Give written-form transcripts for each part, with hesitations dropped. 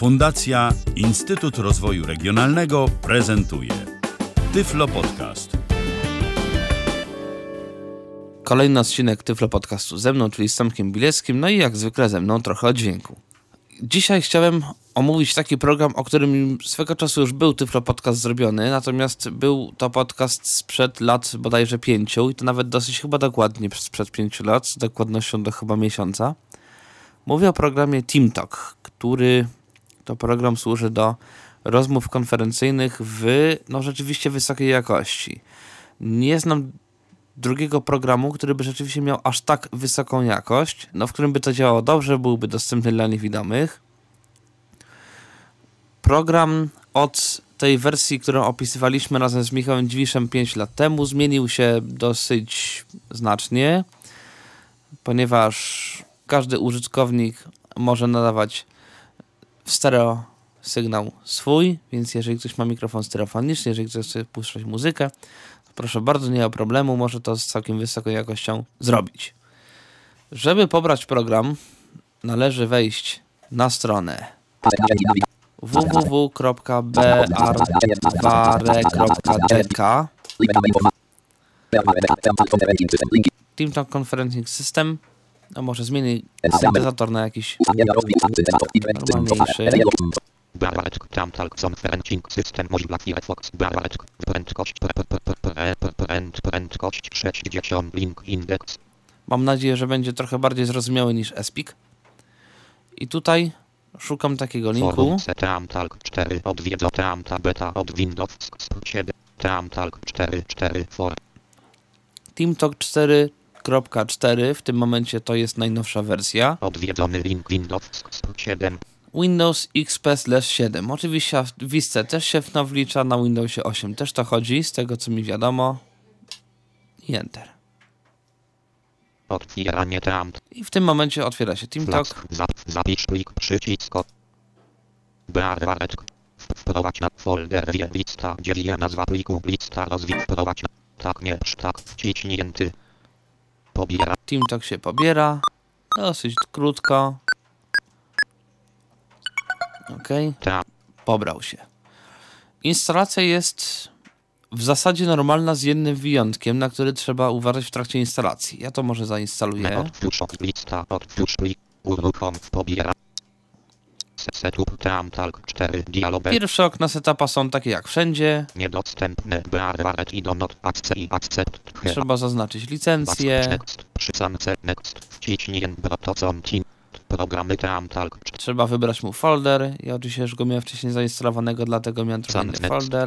Fundacja Instytut Rozwoju Regionalnego prezentuje Tyflo Podcast. Kolejny odcinek Tyflo Podcastu ze mną, czyli z Tomkiem Bileckim, no i jak zwykle ze mną trochę o dźwięku. Dzisiaj chciałem omówić taki program, o którym swego czasu już był Tyflo Podcast zrobiony, natomiast był to podcast sprzed lat bodajże 5 i to nawet dosyć chyba dokładnie sprzed 5 lat, z dokładnością do chyba miesiąca. Mówię o programie TeamTalk, który to program służy do rozmów konferencyjnych w rzeczywiście wysokiej jakości. Nie znam drugiego programu, który by rzeczywiście miał aż tak wysoką jakość, w którym by to działało dobrze, byłby dostępny dla niewidomych. Program od tej wersji, którą opisywaliśmy razem z Michałem Dziwiszem 5 lat temu, zmienił się dosyć znacznie, ponieważ każdy użytkownik może nadawać w stereo sygnał swój, więc jeżeli ktoś ma mikrofon stereofoniczny, jeżeli ktoś chce puszczać muzykę, to proszę bardzo, nie ma problemu, może to z całkiem wysoką jakością zrobić. Żeby pobrać program, należy wejść na stronę www.barware.dk TeamTalk Conferencing System. Może zmieni syntezator na jakiś normalniejszy. TeamTalk Conferencing System możliwa Firefox prędkość 60 link index. Mam nadzieję, że będzie trochę bardziej zrozumiały niż Espik. I tutaj szukam takiego linku. TeamTalk 4 odwiedza TeamTalk beta od Windows 7 TeamTalk 4.4 for TeamTalk 4.4 w tym momencie to jest najnowsza wersja. Odwiedzony link Windows 7. Windows XP/7. Oczywiście Vista też się wlicza, na Windowsie 8 też to chodzi, z tego co mi wiadomo. I Otwieranie TeamTalk. I w tym momencie otwiera się TeamTalk. Zapisz plik przycisk. Barwareczk. Wprowadź na folder lista, dzieje nazwa pliku, lista wprowadź na tak, nie, tak, wciśnięty. Pobiera. TeamTalk się pobiera. Dosyć krótko. Okej. Pobrał się. Instalacja jest w zasadzie normalna z jednym wyjątkiem, na który trzeba uważać w trakcie instalacji. Ja to może zainstaluję. Otwórz lista, otwórz plik, uruchom, pobiera. Setup TeamTalk 4 dialog. Pierwsze okna setupa są takie jak wszędzie. Niedostępne barwaret i do not accept. Trzeba zaznaczyć licencję. Next, przycance next, wciśnij team. Programy TeamTalk. Trzeba wybrać mu folder. Ja oczywiście już go miałem wcześniej zainstalowanego, dlatego miałem trochę inny folder.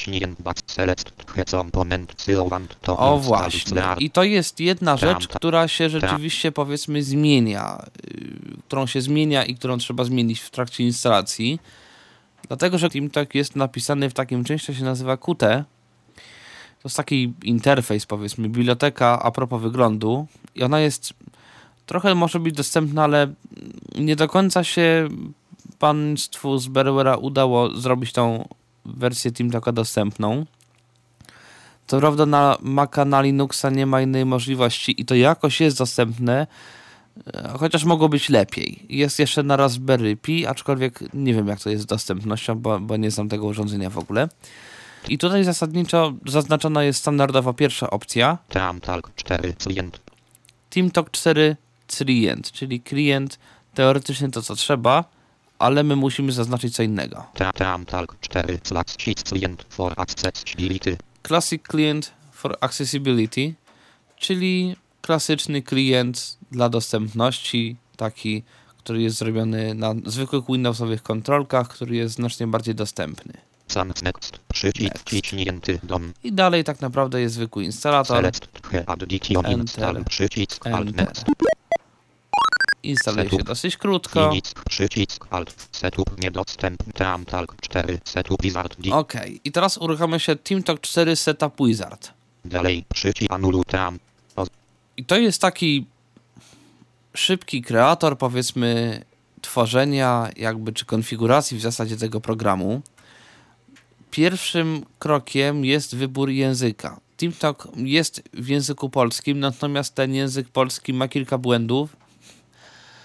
O właśnie. I to jest jedna rzecz, która się rzeczywiście powiedzmy zmienia. Którą się zmienia i którą trzeba zmienić w trakcie instalacji. Dlatego, że TeamTalk jest napisany w takim czymś, co się nazywa Qt. To jest taki interfejs, powiedzmy, biblioteka a propos wyglądu. I ona jest trochę może być dostępna, ale nie do końca się państwu z Barware'a udało zrobić tą wersję TeamTalka dostępną. Co prawda na Maca, na Linuxa nie ma innej możliwości i to jakoś jest dostępne, chociaż mogło być lepiej. Jest jeszcze na Raspberry Pi, aczkolwiek nie wiem jak to jest z dostępnością, bo nie znam tego urządzenia w ogóle. I tutaj zasadniczo zaznaczona jest standardowo pierwsza opcja. TeamTalk 4 client. TeamTalk 4 client, czyli klient teoretycznie to co trzeba, ale my musimy zaznaczyć co innego. TeamTalk 4 client for accessibility. Classic Client for Accessibility, czyli klasyczny klient dla dostępności, taki, który jest zrobiony na zwykłych Windowsowych kontrolkach, który jest znacznie bardziej dostępny. Next, przycisk wciśnięty dom. I dalej tak naprawdę jest zwykły instalator. Enter, przycisk Alt next. Instaluje się dosyć krótko. Przycisk Alt, setup niedostępny, TeamTalk 4, setup wizard. Okej, i teraz uruchamia się TeamTalk 4 Setup Wizard. Dalej, przycisk anuluj Team. I to jest taki szybki kreator, powiedzmy, tworzenia czy konfiguracji w zasadzie tego programu. Pierwszym krokiem jest wybór języka. TeamTalk jest w języku polskim, natomiast ten język polski ma kilka błędów.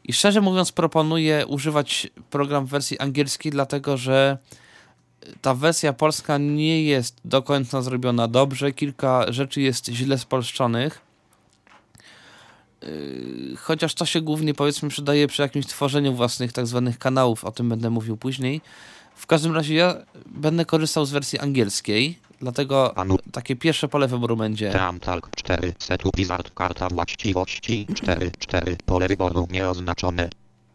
I szczerze mówiąc proponuję używać program w wersji angielskiej, dlatego że ta wersja polska nie jest do końca zrobiona dobrze. Kilka rzeczy jest źle spolszczonych. Chociaż to się głównie, powiedzmy, przydaje przy jakimś tworzeniu własnych tak zwanych kanałów. O tym będę mówił później. W każdym razie ja będę korzystał z wersji angielskiej, dlatego takie pierwsze pole wyboru będzie Teamtalk 4, setup wizard, karta właściwości 4, pole wyboru nieoznaczone.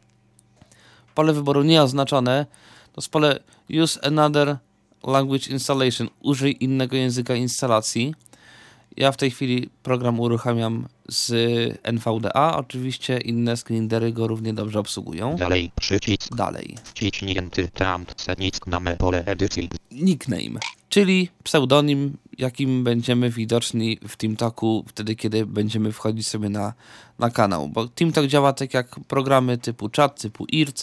Pole wyboru nieoznaczone to jest pole Use another language installation. Użyj innego języka instalacji. Ja w tej chwili program uruchamiam z NVDA. Oczywiście inne screenreadery go równie dobrze obsługują. Dalej, przycisk. Dalej. Wciśnięty teamt nickname pole edycji. Nickname, czyli pseudonim, jakim będziemy widoczni w TeamTalku wtedy, kiedy będziemy wchodzić sobie na kanał. Bo TeamTalk działa tak jak programy typu chat, typu IRC,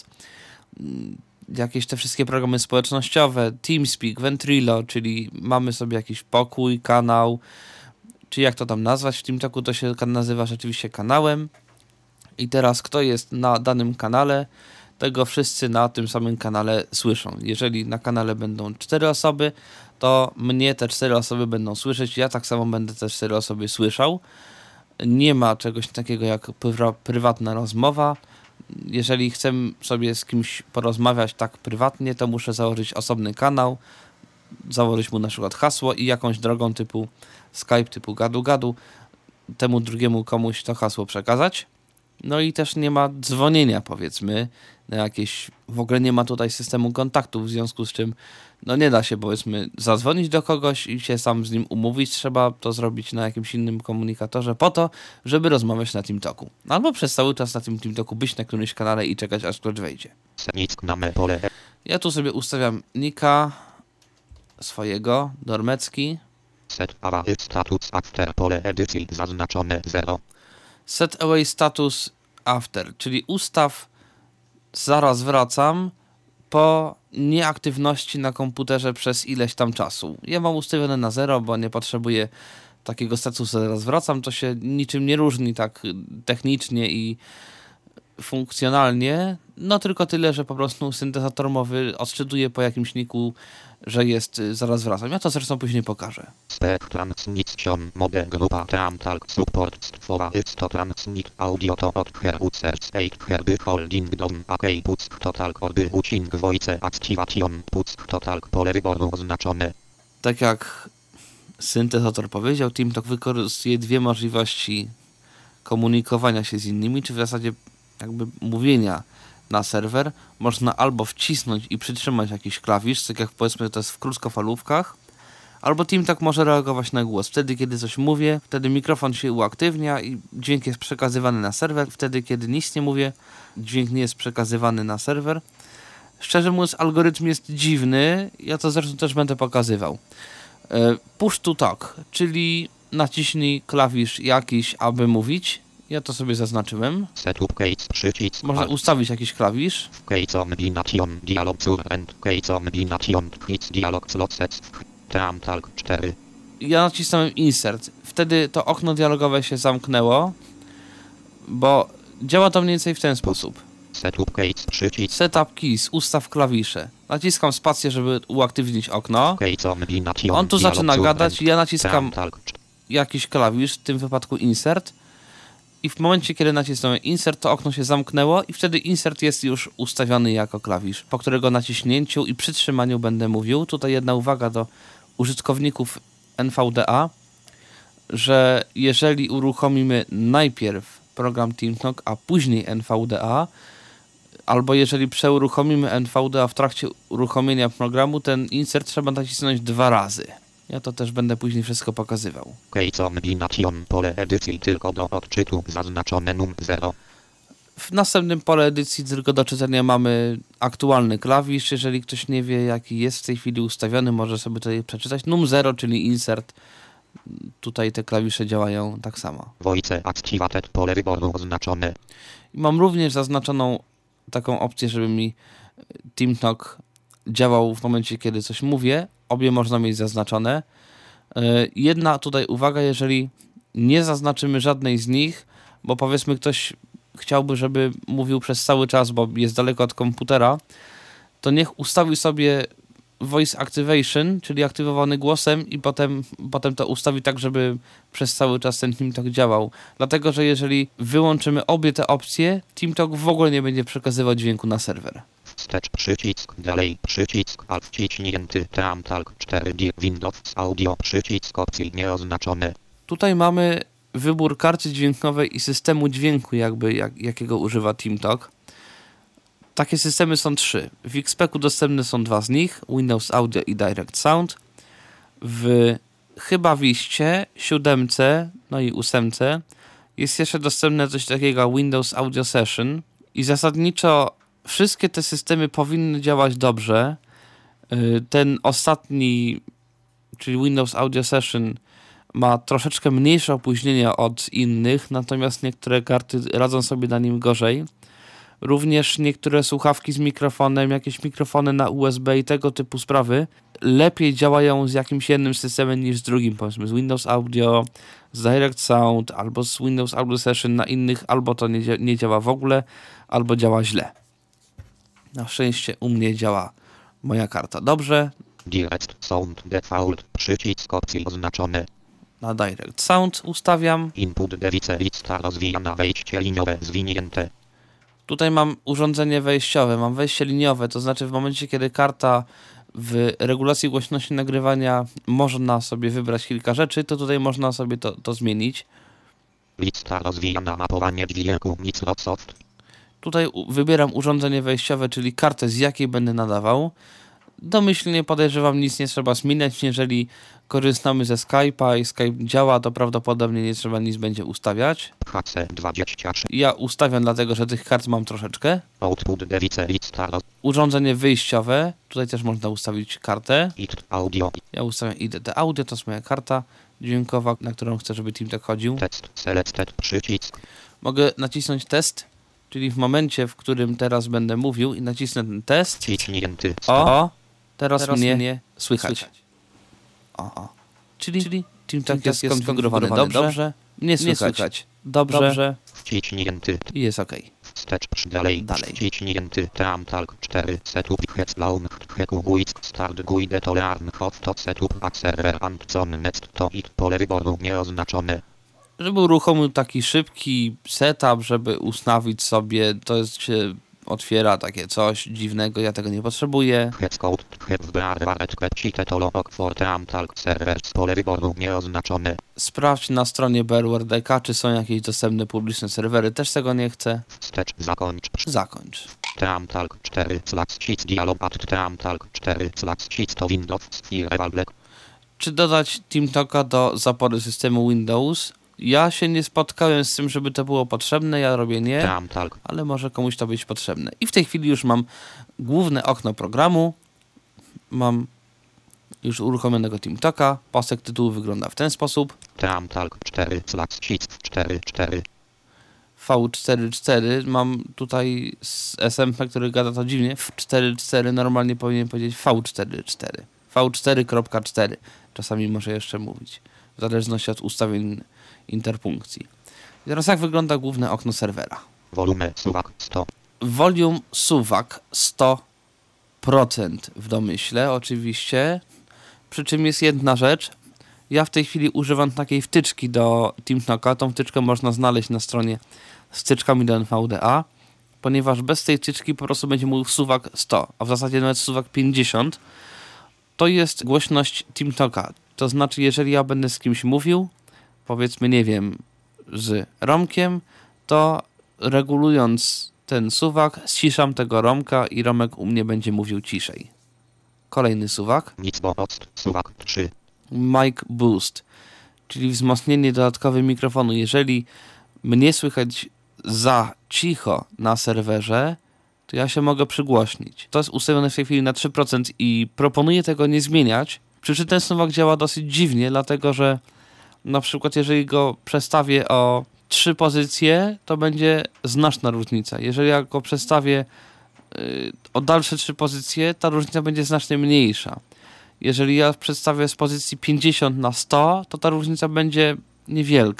jakieś te wszystkie programy społecznościowe, TeamSpeak, Ventrilo, czyli mamy sobie jakiś pokój, kanał, czy jak to tam nazwać w TeamTalku, to się nazywa rzeczywiście kanałem. I teraz kto jest na danym kanale, tego wszyscy na tym samym kanale słyszą. Jeżeli na kanale będą 4 osoby, to mnie te 4 osoby będą słyszeć, ja tak samo będę te 4 osoby słyszał. Nie ma czegoś takiego jak prywatna rozmowa. Jeżeli chcę sobie z kimś porozmawiać tak prywatnie, to muszę założyć osobny kanał, założyć mu na przykład hasło i jakąś drogą typu Skype, typu gadu-gadu, temu drugiemu komuś to hasło przekazać. No i też nie ma dzwonienia, powiedzmy, na jakieś, w ogóle nie ma tutaj systemu kontaktów, w związku z czym no nie da się, powiedzmy, zadzwonić do kogoś i się sam z nim umówić, trzeba to zrobić na jakimś innym komunikatorze po to, żeby rozmawiać na TeamTalku. Albo przez cały czas na tym TeamTalku być na którymś kanale i czekać, aż ktoś wejdzie. Ja tu sobie ustawiam nika swojego, Dormecki. Set away status after pole edycji zaznaczone 0. Set away status after, czyli ustaw zaraz wracam po nieaktywności na komputerze przez ileś tam czasu. Ja mam ustawione na 0, bo nie potrzebuję takiego statusu zaraz wracam. To się niczym nie różni tak technicznie i funkcjonalnie. No tylko tyle, że po prostu syntezator mowy odczytuje po jakimś niku, że jest zaraz wracam. Ja to zresztą później pokażę. Transmission mode grupa Teamtalk support stwowa to transmit audio to od her users 8 herby holding dom akej puck totalk orby ucing voice activation puck totalk pole wyboru oznaczone. Tak jak syntezator powiedział, TeamTalk wykorzystuje dwie możliwości komunikowania się z innymi, czy w zasadzie jakby mówienia na serwer. Można albo wcisnąć i przytrzymać jakiś klawisz, tak jak powiedzmy to jest w krótkofalówkach, albo TeamTalk może reagować na głos. Wtedy, kiedy coś mówię, wtedy mikrofon się uaktywnia i dźwięk jest przekazywany na serwer. Wtedy, kiedy nic nie mówię, dźwięk nie jest przekazywany na serwer. Szczerze mówiąc, algorytm jest dziwny. Ja to zresztą też będę pokazywał. Push to talk, czyli naciśnij klawisz jakiś, aby mówić. Ja to sobie zaznaczyłem. Setup case przycisk. Można ustawić jakiś klawisz. Case combination dialog current case combination hits dialog slotsets Teamtalk 4. Ja nacisnąłem insert. Wtedy to okno dialogowe się zamknęło, bo działa to mniej więcej w ten sposób. Setup case przycisk. Setup keys, ustaw klawisze. Naciskam spację, żeby uaktywnić okno. On tu zaczyna gadać i ja naciskam jakiś klawisz, w tym wypadku insert. I w momencie, kiedy nacisnąłem insert, to okno się zamknęło i wtedy insert jest już ustawiony jako klawisz, po którego naciśnięciu i przytrzymaniu będę mówił. Tutaj jedna uwaga do użytkowników NVDA, że jeżeli uruchomimy najpierw program TeamTalk, a później NVDA, albo jeżeli przeuruchomimy NVDA w trakcie uruchomienia programu, ten insert trzeba nacisnąć 2 razy. Ja to też będę później wszystko pokazywał. Case combination pole edycji tylko do odczytu zaznaczone num 0. W następnym pole edycji tylko do czytania mamy aktualny klawisz. Jeżeli ktoś nie wie, jaki jest w tej chwili ustawiony, może sobie tutaj przeczytać. Num 0, czyli insert. Tutaj te klawisze działają tak samo. Voice activated pole wyboru oznaczone. I mam również zaznaczoną taką opcję, żeby mi TeamTalk działał w momencie, kiedy coś mówię. Obie można mieć zaznaczone. Jedna tutaj uwaga, jeżeli nie zaznaczymy żadnej z nich, bo powiedzmy ktoś chciałby, żeby mówił przez cały czas, bo jest daleko od komputera, to niech ustawi sobie voice activation, czyli aktywowany głosem i potem to ustawi tak, żeby przez cały czas ten TeamTalk działał. Dlatego, że jeżeli wyłączymy obie te opcje, TeamTalk w ogóle nie będzie przekazywał dźwięku na serwer. Wstecz przycisk, dalej przycisk, alt wciśnięty, TeamTalk 4 Windows Audio, przycisk opcji nieoznaczone. Tutaj mamy wybór karty dźwiękowej i systemu dźwięku, jakiego używa TeamTalk. Takie systemy są 3. W XP-ku dostępne są 2 z nich, Windows Audio i Direct Sound. W chyba Viście, 7, no i 8 jest jeszcze dostępne coś takiego jak Windows Audio Session i zasadniczo wszystkie te systemy powinny działać dobrze. Ten ostatni, czyli Windows Audio Session, ma troszeczkę mniejsze opóźnienia od innych, natomiast niektóre karty radzą sobie na nim gorzej. Również niektóre słuchawki z mikrofonem, jakieś mikrofony na USB i tego typu sprawy lepiej działają z jakimś jednym systemem niż z drugim, powiedzmy z Windows Audio, z Direct Sound albo z Windows Audio Session. Na innych albo to nie działa w ogóle, albo działa źle. Na szczęście u mnie działa moja karta dobrze. Direct Sound Default, przycisk opcji oznaczone. Na Direct Sound ustawiam. Input device lista rozwijana, wejście liniowe zwinięte. Tutaj mam urządzenie wejściowe, mam wejście liniowe, to znaczy w momencie, kiedy karta w regulacji głośności nagrywania można sobie wybrać kilka rzeczy, to tutaj można sobie to zmienić. Lista rozwijana, mapowanie dźwięku, Microsoft. Tutaj wybieram urządzenie wejściowe, czyli kartę, z jakiej będę nadawał. Domyślnie podejrzewam, nic nie trzeba zmieniać. Jeżeli korzystamy ze Skype'a i Skype działa, to prawdopodobnie nie trzeba nic będzie ustawiać. HC23. Ja ustawiam dlatego, że tych kart mam troszeczkę. Output device lista Urządzenie wyjściowe. Tutaj też można ustawić kartę. audio. Ja ustawiam IDT Audio, to jest moja karta dźwiękowa, na którą chcę, żeby TeamTalk chodził. Test selected, przycisk. Mogę nacisnąć test, czyli w momencie, w którym teraz będę mówił i nacisnę ten test. Wciśnięty. O! Teraz mnie słychać. Czyli TeamTalk jest skonfigurowany dobrze. Mnie słychać dobrze. Wciśnięty. I jest ok. Wstecz dalej. Wciśnięty. TeamTalk 4. Setup Headlaun. Heku Start Guide to Learn Hot to Setup a Server and Net to it pole wyboru nieoznaczone. Żeby uruchomił taki szybki setup, żeby ustawić sobie, to się otwiera takie coś dziwnego, ja tego nie potrzebuję. Pole wyboru nieoznaczone. Sprawdź na stronie BRWDK, czy są jakieś dostępne publiczne serwery, też tego nie chcę. Wstecz, Zakończ. TeamTalk 4 /sheets dialog at TeamTalk 4 /sheets to Windows Black. Czy dodać TeamTalka do zapory systemu Windows? Ja się nie spotkałem z tym, żeby to było potrzebne, ja robię nie, ale może komuś to być potrzebne. I w tej chwili już mam główne okno programu, mam już uruchomionego TeamTalka, pasek tytułu wygląda w ten sposób. TeamTalk 4 /sheets 4.4. V44, mam tutaj z SMP, który gada to dziwnie, V44, normalnie powinien powiedzieć V44, V4.4, czasami może jeszcze mówić, w zależności od ustawień interpunkcji. I teraz jak wygląda główne okno serwera? Volume suwak 100. Volume suwak 100% w domyśle oczywiście, przy czym jest jedna rzecz. Ja w tej chwili używam takiej wtyczki do TeamTalka, tą wtyczkę można znaleźć na stronie z wtyczkami do NVDA, ponieważ bez tej wtyczki po prostu będzie mówił suwak 100, a w zasadzie nawet suwak 50. To jest głośność TeamTalka, to znaczy jeżeli ja będę z kimś mówił, powiedzmy, nie wiem, z Romkiem, to regulując ten suwak, ściszam tego Romka i Romek u mnie będzie mówił ciszej. Kolejny suwak. Suwak 3. Mic Boost, czyli wzmocnienie dodatkowe mikrofonu. Jeżeli mnie słychać za cicho na serwerze, to ja się mogę przygłośnić. To jest ustawione w tej chwili na 3% i proponuję tego nie zmieniać. Przy czym ten suwak działa dosyć dziwnie, dlatego że na przykład jeżeli go przestawię o 3 pozycje, to będzie znaczna różnica. Jeżeli ja go przestawię o dalsze 3 pozycje, ta różnica będzie znacznie mniejsza. Jeżeli ja przedstawię z pozycji 50 na 100, to ta różnica będzie niewielka.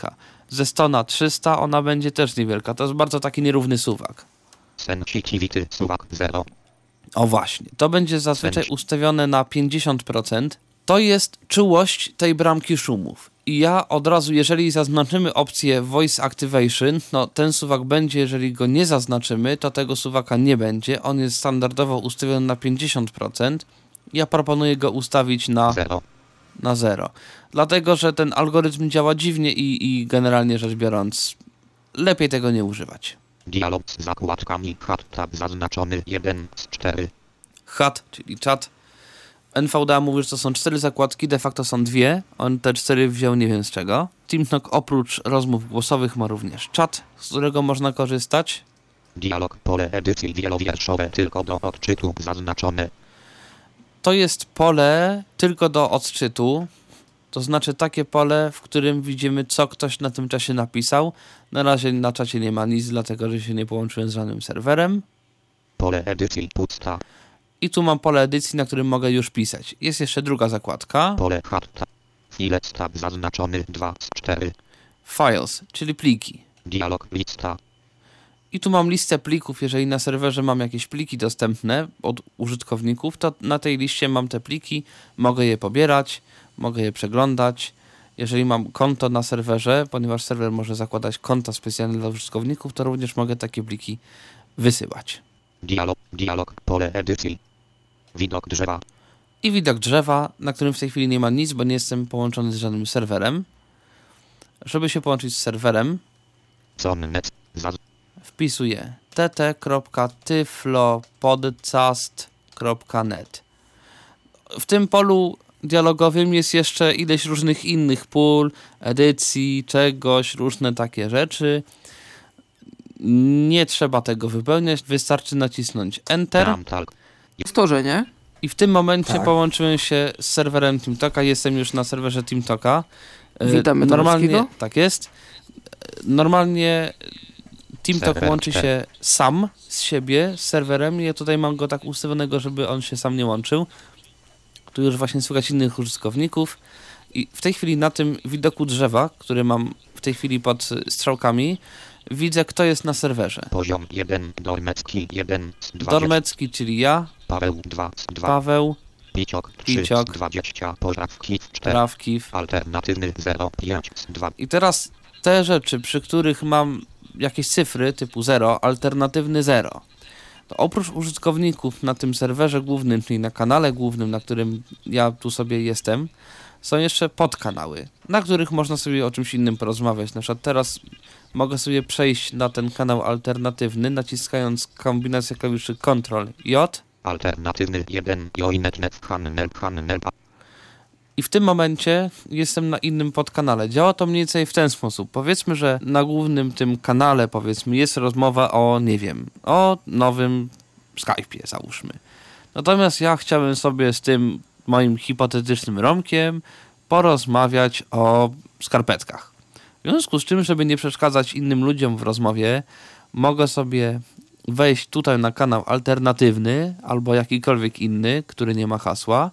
ze 100 na 300 ona będzie też niewielka. To jest bardzo taki nierówny suwak. Sensitivity suwak 0. O właśnie, to będzie zazwyczaj ustawione na 50%. To jest czułość tej bramki szumów. I ja od razu, jeżeli zaznaczymy opcję Voice Activation, no ten suwak będzie, jeżeli go nie zaznaczymy, to tego suwaka nie będzie. On jest standardowo ustawiony na 50%. Ja proponuję go ustawić na 0. Dlatego, że ten algorytm działa dziwnie i generalnie rzecz biorąc, lepiej tego nie używać. Dialog z zakładkami HUD tab zaznaczony 1 z 4. HUD, czyli czat. NVDA mówi, że to są 4 zakładki, de facto są 2. On te 4 wziął nie wiem z czego. TeamTalk oprócz rozmów głosowych ma również czat, z którego można korzystać. Dialog pole edycji wielowierszowe tylko do odczytu zaznaczone. To jest pole tylko do odczytu. To znaczy takie pole, w którym widzimy, co ktoś na tym czasie napisał. Na razie na czacie nie ma nic, dlatego że się nie połączyłem z żadnym serwerem. Pole edycji pusta. I tu mam pole edycji, na którym mogę już pisać. Jest jeszcze druga zakładka. Pole HUD tab. Files tab zaznaczony 2 z 4. Files, czyli pliki. Dialog lista. I tu mam listę plików. Jeżeli na serwerze mam jakieś pliki dostępne od użytkowników, to na tej liście mam te pliki. Mogę je pobierać, mogę je przeglądać. Jeżeli mam konto na serwerze, ponieważ serwer może zakładać konta specjalne dla użytkowników, to również mogę takie pliki wysyłać. Dialog, pole edycji. Widok drzewa. I widok drzewa, na którym w tej chwili nie ma nic, bo nie jestem połączony z żadnym serwerem. Żeby się połączyć z serwerem, wpisuję tt.tyflopodcast.net. W tym polu dialogowym jest jeszcze ileś różnych innych pól, edycji, czegoś, różne takie rzeczy. Nie trzeba tego wypełniać, wystarczy nacisnąć Enter. Stworzenie. I w tym momencie połączyłem się z serwerem TeamTalka. Jestem już na serwerze TeamTalka. Witamy normalnie, tak jest. Normalnie TeamTalk łączy się sam z siebie, z serwerem. Ja tutaj mam go tak ustawionego, żeby on się sam nie łączył. Tu już właśnie słychać innych użytkowników. I w tej chwili na tym widoku drzewa, który mam w tej chwili pod strzałkami, widzę, kto jest na serwerze. Poziom 1, Dormecki 1 z 20. Dormecki, czyli ja. Paweł 2 z 2. Paweł. Piciok 3 z 20. Porawkiw 4. Trawkiw. Alternatywny 0, 5 z 2. I teraz te rzeczy, przy których mam jakieś cyfry typu 0, alternatywny 0. To oprócz użytkowników na tym serwerze głównym, czyli na kanale głównym, na którym ja tu sobie jestem, są jeszcze podkanały, na których można sobie o czymś innym porozmawiać. Na przykład teraz mogę sobie przejść na ten kanał alternatywny, naciskając kombinację klawiszy Ctrl-J. Alternatywny 1, Joinetnet, Hannel. I w tym momencie jestem na innym podkanale. Działa to mniej więcej w ten sposób. Powiedzmy, że na głównym tym kanale, powiedzmy, jest rozmowa o, nie wiem, o nowym Skype'ie, załóżmy. Natomiast ja chciałem sobie z tym moim hipotetycznym Romkiem porozmawiać o skarpetkach. W związku z czym, żeby nie przeszkadzać innym ludziom w rozmowie, mogę sobie wejść tutaj na kanał alternatywny albo jakikolwiek inny, który nie ma hasła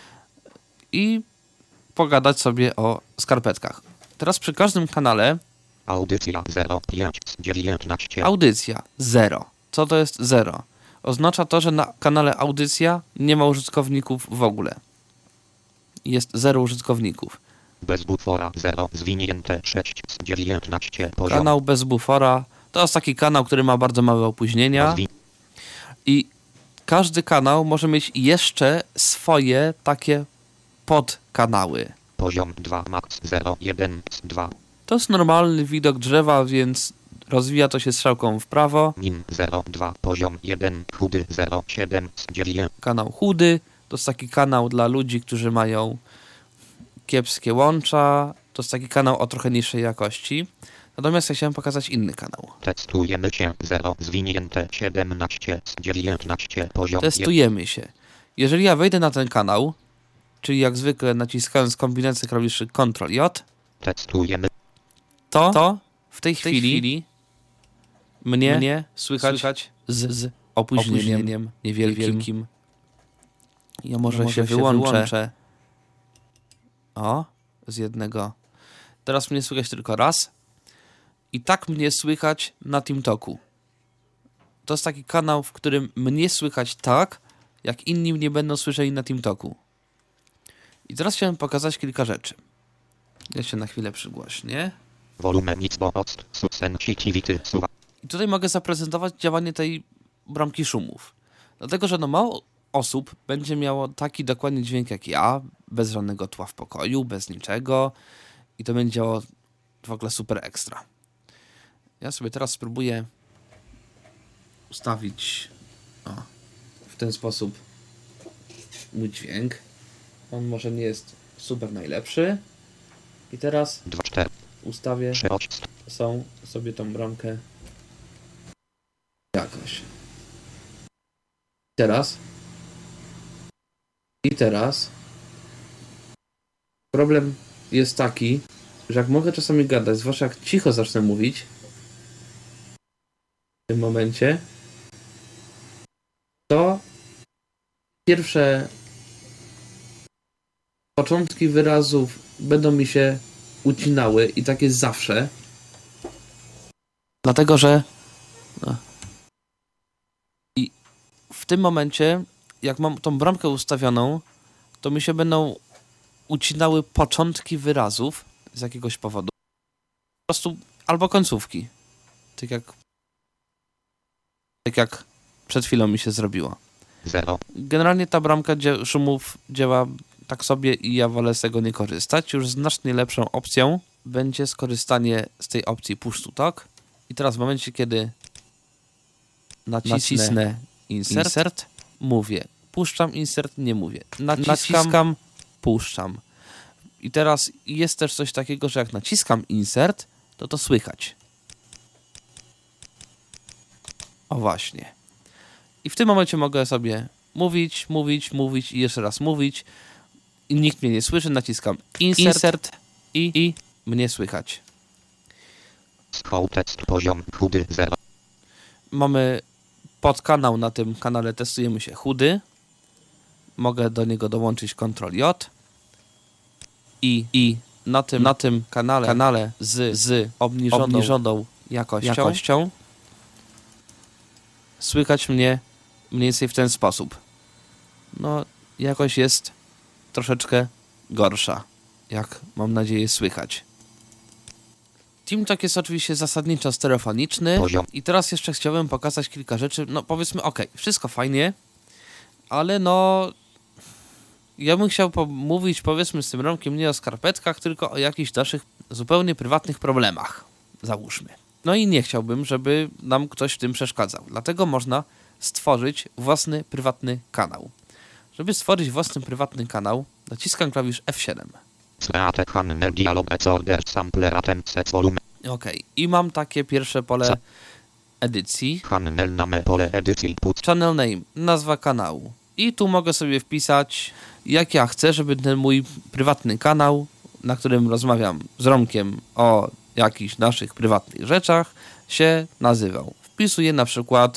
i pogadać sobie o skarpetkach. Teraz przy każdym kanale audycja 0, 5 z 19. Audycja 0. Co to jest 0? Oznacza to, że na kanale audycja nie ma użytkowników w ogóle. Jest 0 użytkowników. Bez bufora 0, zwinięte 6 z 19. Poziom. Kanał bez bufora to jest taki kanał, który ma bardzo małe opóźnienia. I każdy kanał może mieć jeszcze swoje takie podkanały. Poziom 2, max 0, 1 z 2. To jest normalny widok drzewa, więc rozwija to się strzałką w prawo. Min 0, 2, poziom 1, chudy 0, 7 z 9. Kanał chudy to jest taki kanał dla ludzi, którzy mają kiepskie łącza. To jest taki kanał o trochę niższej jakości. Natomiast ja chciałem pokazać inny kanał. Testujemy się 0, zwinięte 17 z 19. Poziom. Testujemy się. Jeżeli ja wejdę na ten kanał, czyli jak zwykle naciskając kombinację klawiszy Ctrl-J, testujemy. To w tej chwili mnie słychać z opóźnieniem niewielkim. Ja może się wyłączę. O, z jednego. Teraz mnie słychać tylko raz. i tak mnie słychać na TeamTalku. To jest taki kanał, w którym mnie słychać tak, jak inni mnie będą słyszeli na TeamTalku. I teraz chciałem pokazać kilka rzeczy. Ja się na chwilę przygłośnię. I tutaj mogę zaprezentować działanie tej bramki szumów. Dlatego, że mało osób będzie miało taki dokładny dźwięk jak ja, bez żadnego tła w pokoju, bez niczego. I to będzie działało w ogóle super ekstra. Ja sobie teraz spróbuję ustawić w ten sposób mój dźwięk. On może nie jest super najlepszy. I teraz ustawię sobie tą bramkę jakoś. Teraz problem jest taki, że jak mogę czasami gadać, zwłaszcza jak cicho zacznę mówić w tym momencie, to pierwsze początki wyrazów będą mi się ucinały i tak jest zawsze. Dlatego, że i w tym momencie, jak mam tą bramkę ustawioną, to mi się będą ucinały początki wyrazów z jakiegoś powodu. Po prostu albo końcówki. Tak jak przed chwilą mi się zrobiło. Generalnie ta bramka szumów działa tak sobie i ja wolę z tego nie korzystać. Już znacznie lepszą opcją będzie skorzystanie z tej opcji Push to Talk. I teraz w momencie, kiedy nacisnę insert, mówię. Puszczam insert, nie mówię. Naciskam, puszczam. I teraz jest też coś takiego, że jak naciskam insert, to słychać. O właśnie. I w tym momencie mogę sobie mówić i jeszcze raz mówić. I nikt mnie nie słyszy, naciskam insert i mnie słychać. Poziom chudy 0. Mamy podkanał, na tym kanale testujemy się chudy. Mogę do niego dołączyć Ctrl+J. I na tym kanale z obniżoną jakością słychać mnie mniej więcej w ten sposób. No, jakość jest troszeczkę gorsza, jak mam nadzieję słychać. TeamTalk jest oczywiście zasadniczo stereofoniczny i teraz jeszcze chciałbym pokazać kilka rzeczy. No powiedzmy, wszystko fajnie, ale ja bym chciał mówić powiedzmy z tym Romkiem nie o skarpetkach, tylko o jakichś naszych zupełnie prywatnych problemach, załóżmy. No i nie chciałbym, żeby nam ktoś w tym przeszkadzał. Dlatego można stworzyć własny prywatny kanał. Żeby stworzyć własny prywatny kanał, naciskam klawisz F7. I mam takie pierwsze pole edycji. Channel name, nazwa kanału. I tu mogę sobie wpisać, jak ja chcę, żeby ten mój prywatny kanał, na którym rozmawiam z Romkiem o jakichś naszych prywatnych rzeczach, się nazywał. Wpisuję na przykład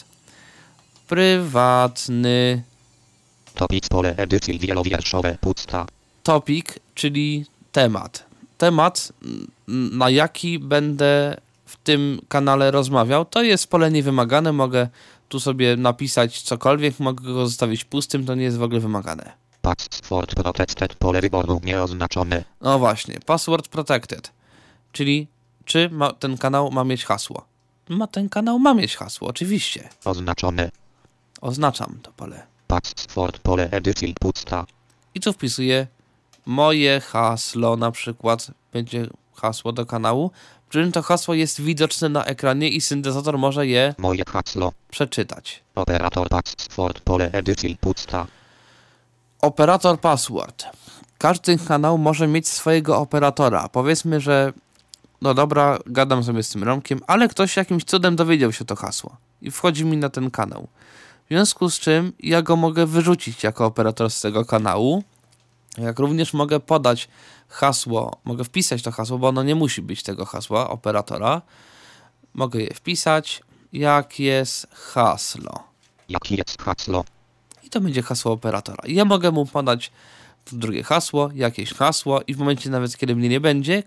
prywatny pole edycji wielowierszowe pusta. Topic, czyli temat. Temat, na jaki będę w tym kanale rozmawiał, to jest pole niewymagane. Mogę tu sobie napisać cokolwiek, mogę go zostawić pustym, to nie jest w ogóle wymagane. Password protected, pole wyboru nieoznaczone. No właśnie, password protected, czyli czy ten kanał ma mieć hasło. Ten kanał ma mieć hasło, oczywiście. Oznaczone. Oznaczam to pole. Password, pole edycji pusta. I tu wpisuję moje hasło, na przykład będzie hasło do kanału, w którym to hasło jest widoczne na ekranie i syntezator może je moje hasło przeczytać. Operator password, pole edycji pusta. Operator password. Każdy kanał może mieć swojego operatora. Powiedzmy, że no dobra, gadam sobie z tym Romkiem, ale ktoś jakimś cudem dowiedział się to hasło i wchodzi mi na ten kanał. W związku z czym ja go mogę wyrzucić jako operator z tego kanału. Jak również mogę podać hasło, mogę wpisać to hasło, bo ono nie musi być tego hasła operatora. Mogę je wpisać. Jak jest hasło? Jakie jest hasło? I to będzie hasło operatora. Ja mogę mu podać drugie hasło, jakieś hasło i w momencie nawet, kiedy mnie nie będzie, ktoś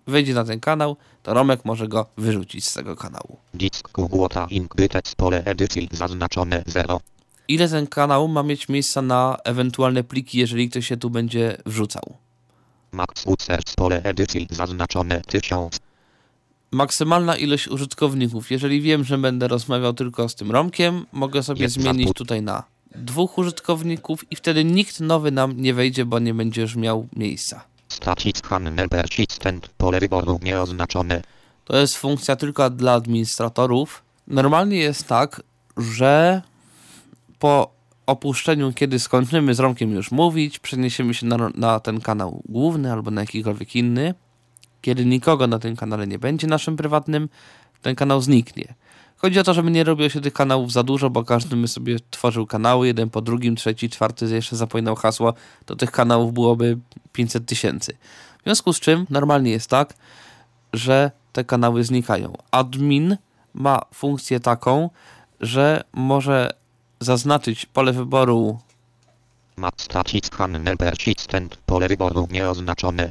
wejdzie na ten kanał, to Romek może go wyrzucić z tego kanału. Disku Water Input pole edycji zaznaczone 0. Ile ten kanał ma mieć miejsca na ewentualne pliki, jeżeli ktoś się tu będzie wrzucał? Max users pole edycji zaznaczone 1000. Maksymalna ilość użytkowników. Jeżeli wiem, że będę rozmawiał tylko z tym Romkiem, mogę sobie zmienić tutaj na 2 użytkowników i wtedy nikt nowy nam nie wejdzie, bo nie będzie już miał miejsca. Static Handle Persistent pole wyboru nieoznaczone. To jest funkcja tylko dla administratorów. Normalnie jest tak, że po opuszczeniu, kiedy skończymy z Romkiem już mówić, przeniesiemy się na ten kanał główny albo na jakikolwiek inny. Kiedy nikogo na tym kanale nie będzie naszym prywatnym, ten kanał zniknie. Chodzi o to, żeby nie robiło się tych kanałów za dużo, bo każdy by sobie tworzył kanały, jeden po drugim, trzeci, czwarty, jeszcze zapominał hasło, to tych kanałów byłoby 500 000. W związku z czym normalnie jest tak, że te kanały znikają. Admin ma funkcję taką, że może zaznaczyć pole wyboru Static Handle Persistent pole wyboru nieoznaczone.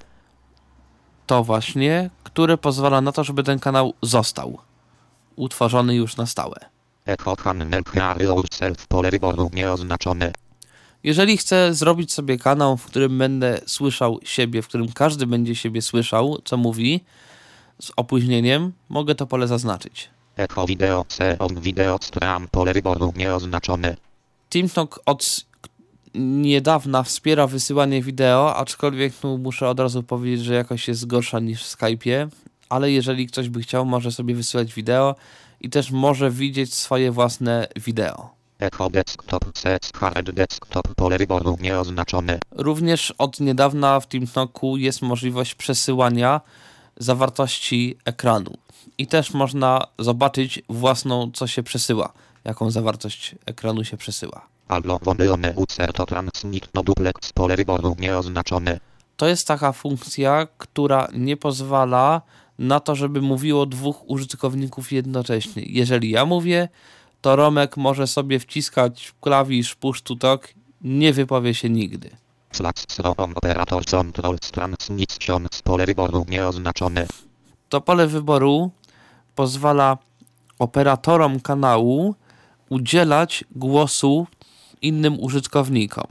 to właśnie, które pozwala na to, żeby ten kanał został utworzony już na stałe. Echo Handle Clear Yourself pole wyboru nieoznaczone. Jeżeli chcę zrobić sobie kanał, w którym będę słyszał siebie, w którym każdy będzie siebie słyszał, co mówi, z opóźnieniem, mogę to pole zaznaczyć. Echo Video on Video Stream pole wyboru nieoznaczone. TeamTalk od niedawna wspiera wysyłanie wideo, aczkolwiek muszę od razu powiedzieć, że jakość jest gorsza niż w Skype'ie, ale jeżeli ktoś by chciał, może sobie wysyłać wideo i też może widzieć swoje własne wideo. Echo Desktop Hard Desktop pole wyboru nieoznaczone. Również od niedawna w TeamTalku jest możliwość przesyłania zawartości ekranu. I też można zobaczyć własną, co się przesyła, jaką zawartość ekranu się przesyła. Allo Wombione Ucerto Transmit No Duplex pole wyboru nieoznaczone. To jest taka funkcja, która nie pozwala na to, żeby mówiło 2 użytkowników jednocześnie. Jeżeli ja mówię, to Romek może sobie wciskać klawisz push to talk, nie wypowie się nigdy. Operator Control Transmission pole wyboru nieoznaczone. To pole wyboru pozwala operatorom kanału udzielać głosu innym użytkownikom.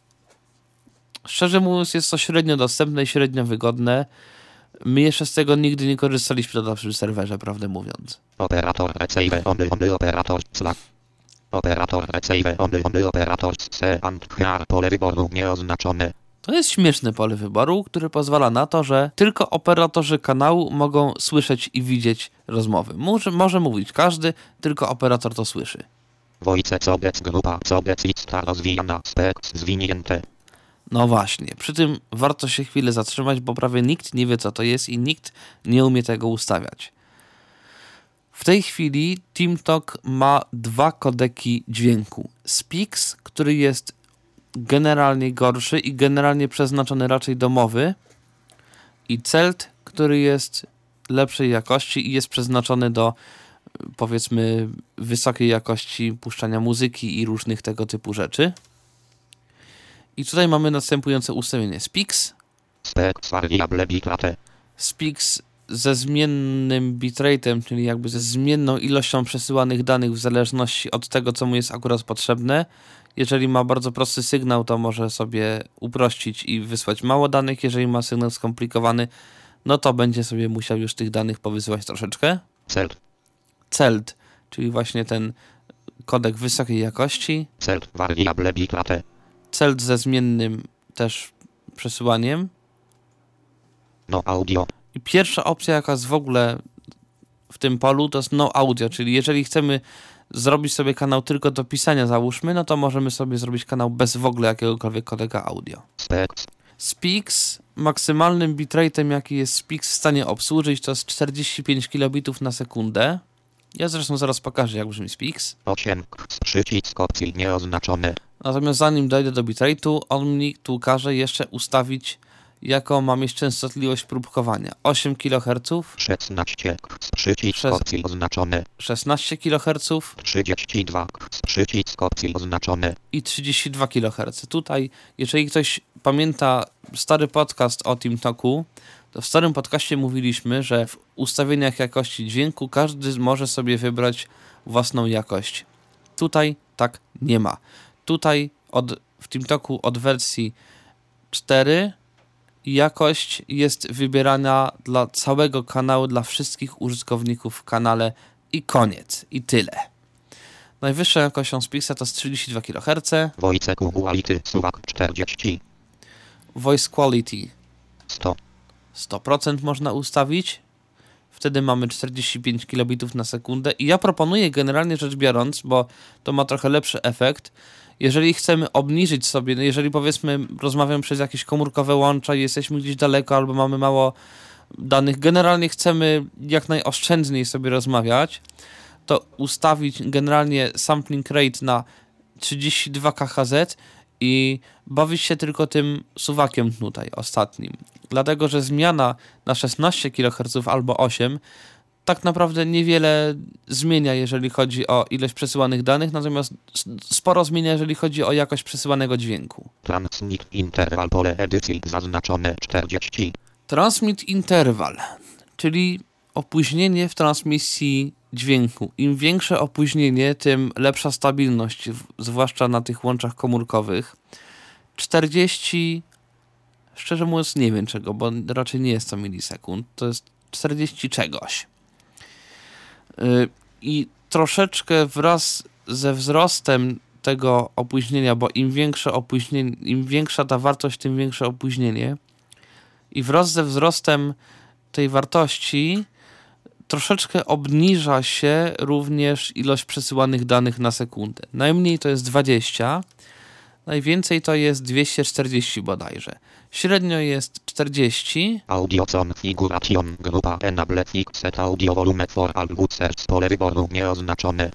Szczerze mówiąc, jest to średnio dostępne i średnio wygodne. My jeszcze z tego nigdy nie korzystaliśmy na naszym serwerze, prawdę mówiąc. Operator receive operator slash. Operator receive operator C and clear pole wyboru nieoznaczone. To jest śmieszne pole wyboru, które pozwala na to, że tylko operatorzy kanału mogą słyszeć i widzieć rozmowy. Może mówić każdy, tylko operator to słyszy. Voice Codex grupa Codex lista rozwijana specs zwinięte. No właśnie, przy tym warto się chwilę zatrzymać, bo prawie nikt nie wie, co to jest i nikt nie umie tego ustawiać. W tej chwili TeamTalk ma 2 kodeki dźwięku. Speaks, który jest generalnie gorszy i generalnie przeznaczony raczej do mowy, i Celt, który jest lepszej jakości i jest przeznaczony do, powiedzmy, wysokiej jakości puszczania muzyki i różnych tego typu rzeczy. I tutaj mamy następujące ustawienie. Speaks. Specs variable bitrate. Speaks ze zmiennym bitrate'em, czyli jakby ze zmienną ilością przesyłanych danych w zależności od tego, co mu jest akurat potrzebne. Jeżeli ma bardzo prosty sygnał, to może sobie uprościć i wysłać mało danych. Jeżeli ma sygnał skomplikowany, no to będzie sobie musiał już tych danych powysyłać troszeczkę. Celt, czyli właśnie ten kodek wysokiej jakości. Celt variable bitrate. Celt ze zmiennym też przesyłaniem. No audio. I pierwsza opcja, jaka jest w ogóle w tym polu, to jest no audio, czyli jeżeli chcemy zrobić sobie kanał tylko do pisania, załóżmy, no to możemy sobie zrobić kanał bez w ogóle jakiegokolwiek kodeka audio. Speaks maksymalnym bitrate'em, jaki jest Speaks w stanie obsłużyć, to jest 45 kilobitów na sekundę. Ja zresztą zaraz pokażę, jak brzmi Speaks. 8 przycisk opcji nieoznaczone. Natomiast zanim dojdę do bitrate'u, on mi tu każe jeszcze ustawić, jaką ma mieć częstotliwość próbkowania. 8 kHz, 16 przycisk opcji oznaczone. 16 kHz 32 przycisk opcji oznaczone. i 32 kHz. Tutaj, jeżeli ktoś pamięta stary podcast o TeamTalku, w starym podcaście mówiliśmy, że w ustawieniach jakości dźwięku każdy może sobie wybrać własną jakość. Tutaj tak nie ma. Tutaj w TeamTalku od wersji 4 jakość jest wybierana dla całego kanału, dla wszystkich użytkowników w kanale i koniec. I tyle. Najwyższą jakością Spixa to jest 32 kHz. Voice Quality suwak 40. Voice Quality 100. 100% można ustawić. Wtedy mamy 45 kilobitów na sekundę. I ja proponuję generalnie rzecz biorąc, bo to ma trochę lepszy efekt, jeżeli chcemy obniżyć sobie, jeżeli powiedzmy rozmawiam przez jakieś komórkowe łącza i jesteśmy gdzieś daleko albo mamy mało danych, generalnie chcemy jak najoszczędniej sobie rozmawiać, to ustawić generalnie sampling rate na 32 kHz i bawić się tylko tym suwakiem tutaj ostatnim. Dlatego, że zmiana na 16 kHz albo 8 tak naprawdę niewiele zmienia, jeżeli chodzi o ilość przesyłanych danych, natomiast sporo zmienia, jeżeli chodzi o jakość przesyłanego dźwięku. Transmit interval pole edycji zaznaczone 40. Transmit interval, czyli opóźnienie w transmisji dźwięku. Im większe opóźnienie, tym lepsza stabilność, zwłaszcza na tych łączach komórkowych. 40, szczerze mówiąc nie wiem czego, bo raczej nie jest to milisekund, to jest 40 czegoś. I troszeczkę wraz ze wzrostem tego opóźnienia, bo im większe opóźnienie, im większa ta wartość, tym większe opóźnienie. I wraz ze wzrostem tej wartości troszeczkę obniża się również ilość przesyłanych danych na sekundę. Najmniej to jest 20, najwięcej to jest 240 bodajże. Średnio jest 40. Audio configuration grupa enable fixed audio volume for all users pole wyboru nieoznaczone.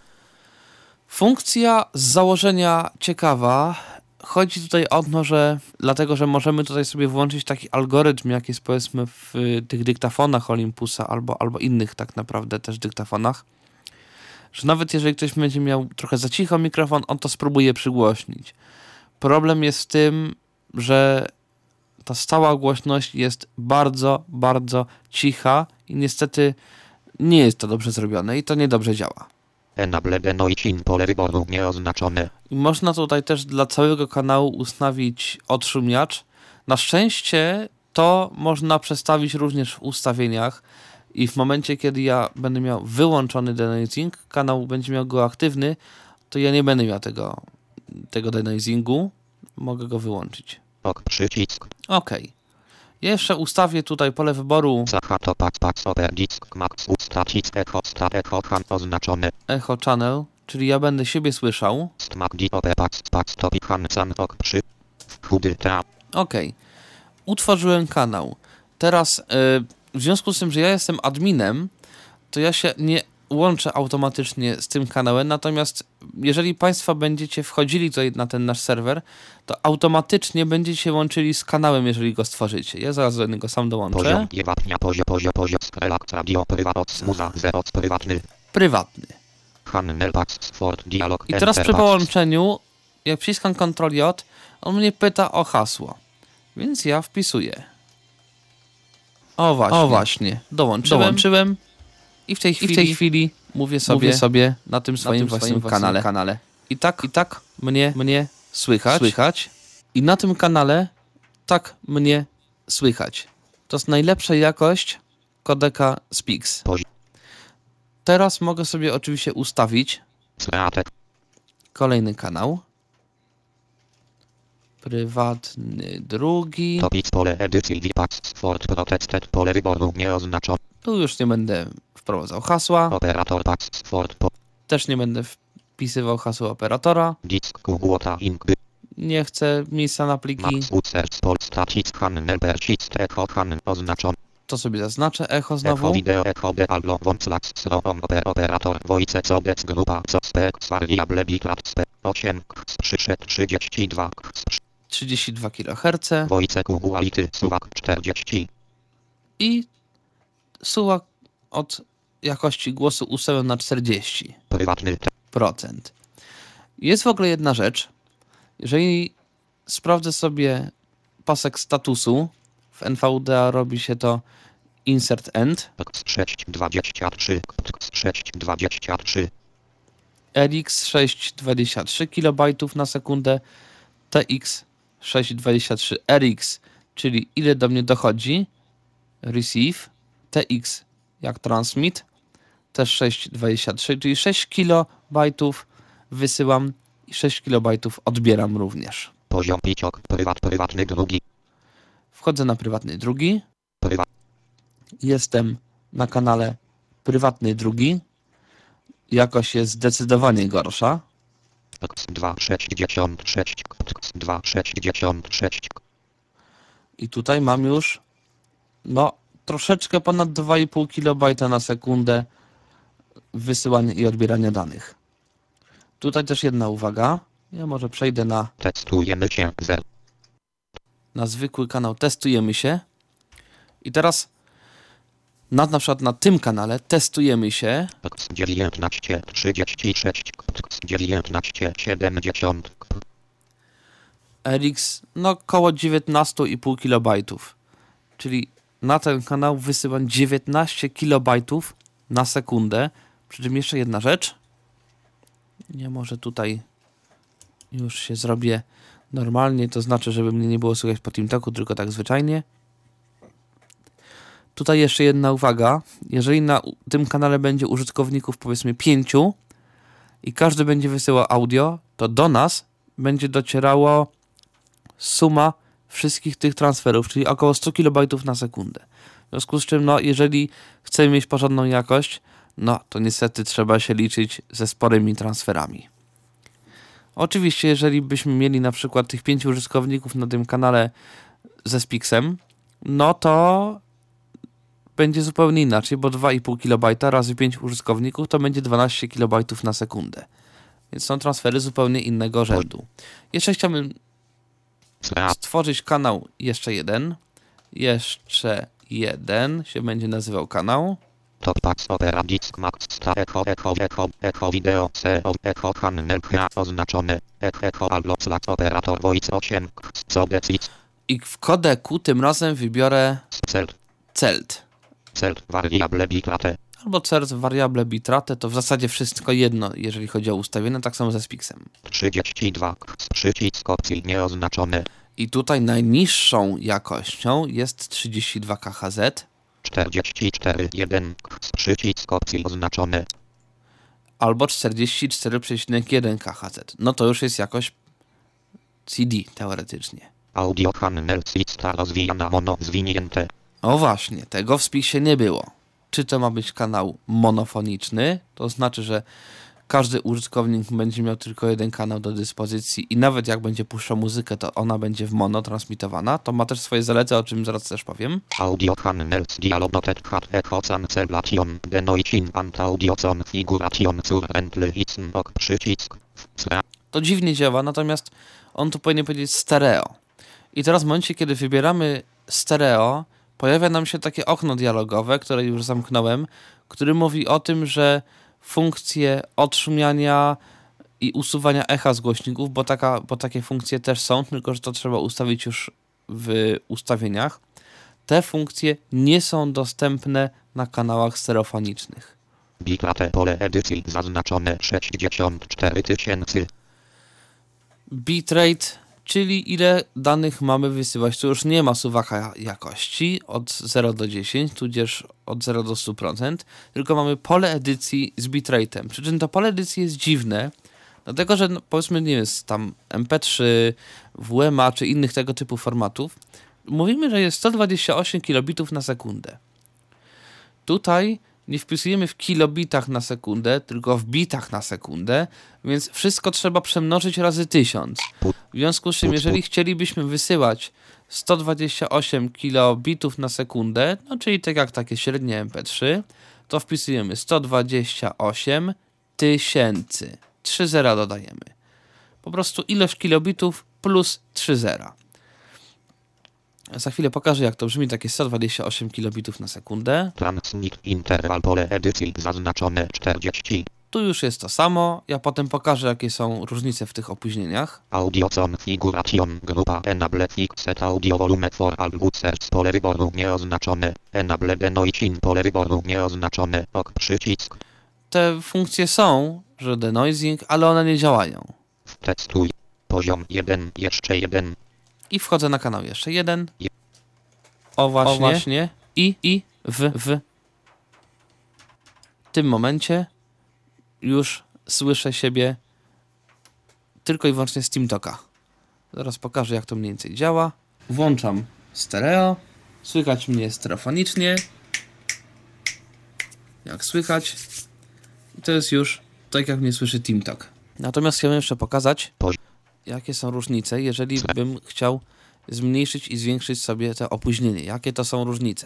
Funkcja z założenia ciekawa. Chodzi tutaj o to, że dlatego, że możemy tutaj sobie włączyć taki algorytm, jak jest powiedzmy w tych dyktafonach Olympusa albo innych tak naprawdę też dyktafonach, że nawet jeżeli ktoś będzie miał trochę za cicho mikrofon, on to spróbuje przygłośnić. Problem jest w tym, że ta stała głośność jest bardzo, bardzo cicha i niestety nie jest to dobrze zrobione i to niedobrze działa. Enable denoising pole wyboru nieoznaczone. I można tutaj też dla całego kanału ustawić odszumiacz. Na szczęście to można przestawić również w ustawieniach i w momencie, kiedy ja będę miał wyłączony denoising, kanał będzie miał go aktywny, to ja nie będę miał tego denoisingu. Mogę go wyłączyć. Ok, przycisk. OK. Ja jeszcze ustawię tutaj pole wyboru Zahato pac over disk max ustacic echo sta echo han oznaczone. Echo Channel, czyli ja będę siebie słyszał. Stmak di ope pac topi han can ok przy. Chudy ta. OK. Utworzyłem kanał. Teraz w związku z tym, że ja jestem adminem, to ja się nie łączę automatycznie z tym kanałem, natomiast jeżeli Państwo będziecie wchodzili tutaj na ten nasz serwer, to automatycznie będziecie łączyli z kanałem, jeżeli go stworzycie. Ja zaraz do niego sam dołączę. Poziom jewatnia poziom skrelak radio prywat smuza zero prywatny. Prywatny. Handel pac fort dialog. I teraz przy połączeniu, jak wciskam Ctrl+J, on mnie pyta o hasło. Więc ja wpisuję. O właśnie. Dołączyłem. I w tej chwili mówię sobie na tym swoim własnym kanale. I tak mnie słychać. I na tym kanale tak mnie słychać. To jest najlepsza jakość kodeka Spix. Teraz mogę sobie oczywiście ustawić kolejny kanał. Prywatny drugi. Topic pole edycji Vipax Ford Protected pole wyboru nieoznaczone. Tu już nie będę wprowadzał hasła. Operator Pax Ford Też nie będę wpisywał hasła operatora. Disk Kubłota Ink. Nie chcę miejsca na pliki. Max Users Pol Stacic Handel Percic Echo Han oznaczone. To sobie zaznaczę echo znowu. Echo video echo de albo wąclax srom operator voice cobec grupa co spek variable bitrat spe 8 przyszedł 32 32 kHz. Voice quality suwak 40. I suwak od jakości głosu ustawiam na 40%. Prywatny. Jest w ogóle jedna rzecz. Jeżeli sprawdzę sobie pasek statusu W NVDA robi się to insert end. X623, RX 623 KB na sekundę, TX 623 RX, czyli ile do mnie dochodzi, receive, TX jak transmit, też 623, czyli 6 KB wysyłam i 6 KB odbieram również. Poziom piciok, prywatny drugi. Wchodzę na prywatny drugi. Jestem na kanale prywatny drugi. Jakość jest zdecydowanie gorsza. X266, I tutaj mam już troszeczkę ponad 2,5 KB na sekundę wysyłania i odbierania danych. Tutaj też jedna uwaga. Ja może przejdę testujemy się na zwykły kanał Testujemy się. I teraz na przykład na tym kanale Testujemy się. X19, 36, X19, 70. RX koło 19,5 KB. Czyli na ten kanał wysyłam 19 KB na sekundę. Przy czym jeszcze jedna rzecz. Nie, może tutaj już się zrobię normalnie, to znaczy, żeby mnie nie było słychać po TeamTalku, tylko tak zwyczajnie. Tutaj jeszcze jedna uwaga. Jeżeli na tym kanale będzie użytkowników powiedzmy 5 i każdy będzie wysyłał audio, to do nas będzie docierało suma wszystkich tych transferów, czyli około 100 KB na sekundę. W związku z czym, jeżeli chcemy mieć porządną jakość, to niestety trzeba się liczyć ze sporymi transferami. Oczywiście, jeżeli byśmy mieli na przykład tych 5 użytkowników na tym kanale ze Spixem, to będzie zupełnie inaczej, bo 2,5 KB razy 5 użytkowników to będzie 12 KB na sekundę. Więc są transfery zupełnie innego rzędu. Jeszcze chciałbym stworzyć kanał jeszcze jeden. Jeszcze jeden się będzie nazywał kanał. Toppax Opera Disk Max Sta Echo Video CEO Echo Channel oznaczone Echo Allo Slash Operator Voice 8 Decid. I w kodeku tym razem wybiorę CELT. CELT Variable Bitrate. Albo CELT Variable Bitrate, to w zasadzie wszystko jedno, jeżeli chodzi o ustawienie, tak samo ze Spixem. 32 przycisk opcji nieoznaczone. I tutaj najniższą jakością jest 32 KHz. 44,1 przycisk opcji oznaczone. Albo 44,1 KHz. To już jest jakość CD teoretycznie. Audio Channel Lista rozwijana mono zwinięte. O właśnie, tego w Spixie nie było. Czy to ma być kanał monofoniczny? To znaczy, że każdy użytkownik będzie miał tylko jeden kanał do dyspozycji i nawet jak będzie puszczał muzykę, to ona będzie w mono transmitowana. To ma też swoje zalety, o czym zaraz też powiem. Audio Channels Dialog Noted Hat Echo Cancellation Denoising and Audio Configuration zur Entlicen ok przycisk. To dziwnie działa, natomiast on tu powinien powiedzieć stereo. I teraz w momencie, kiedy wybieramy stereo, pojawia nam się takie okno dialogowe, które już zamknąłem, który mówi o tym, że funkcje odszumiania i usuwania echa z głośników, bo takie funkcje też są, tylko że to trzeba ustawić już w ustawieniach. Te funkcje nie są dostępne na kanałach stereofonicznych. Bitrate pole edycji zaznaczone 64 000. Bitrate, czyli ile danych mamy wysyłać. Tu już nie ma suwaka jakości od 0 do 10, tudzież od 0 do 100%, tylko mamy pole edycji z bitrate'em. Przy czym to pole edycji jest dziwne, dlatego że powiedzmy, nie wiem, tam MP3, WMA czy innych tego typu formatów, mówimy, że jest 128 kilobitów na sekundę. Tutaj nie wpisujemy w kilobitach na sekundę, tylko w bitach na sekundę, więc wszystko trzeba przemnożyć razy 1000. W związku z czym, jeżeli chcielibyśmy wysyłać 128 kilobitów na sekundę, czyli tak jak takie średnie MP3, to wpisujemy 128 000. 3 zera dodajemy. Po prostu ilość kilobitów plus 3 zera. Za chwilę pokażę, jak to brzmi, takie 128 kilobitów na sekundę. Transmit interval pole edycji zaznaczone 40. Tu już jest to samo. Ja potem pokażę, jakie są różnice w tych opóźnieniach. Audio configuration grupa enable fixed audio volume for all users pole wyboru nieoznaczone. Enable denoising pole wyboru nieoznaczone. OK przycisk. Te funkcje są, że denoising, ale one nie działają. Testuj. Poziom 1, jeszcze 1. I wchodzę na kanał jeszcze jeden. O właśnie. I w tym momencie już słyszę siebie tylko i wyłącznie z TeamTalka. Zaraz pokażę, jak to mniej więcej działa. Włączam stereo. Słychać mnie stereofonicznie. Jak słychać. I to jest już tak, jak mnie słyszy TeamTalk. Natomiast chciałbym jeszcze pokazać, jakie są różnice, jeżeli bym chciał zmniejszyć i zwiększyć sobie te opóźnienie. Jakie to są różnice?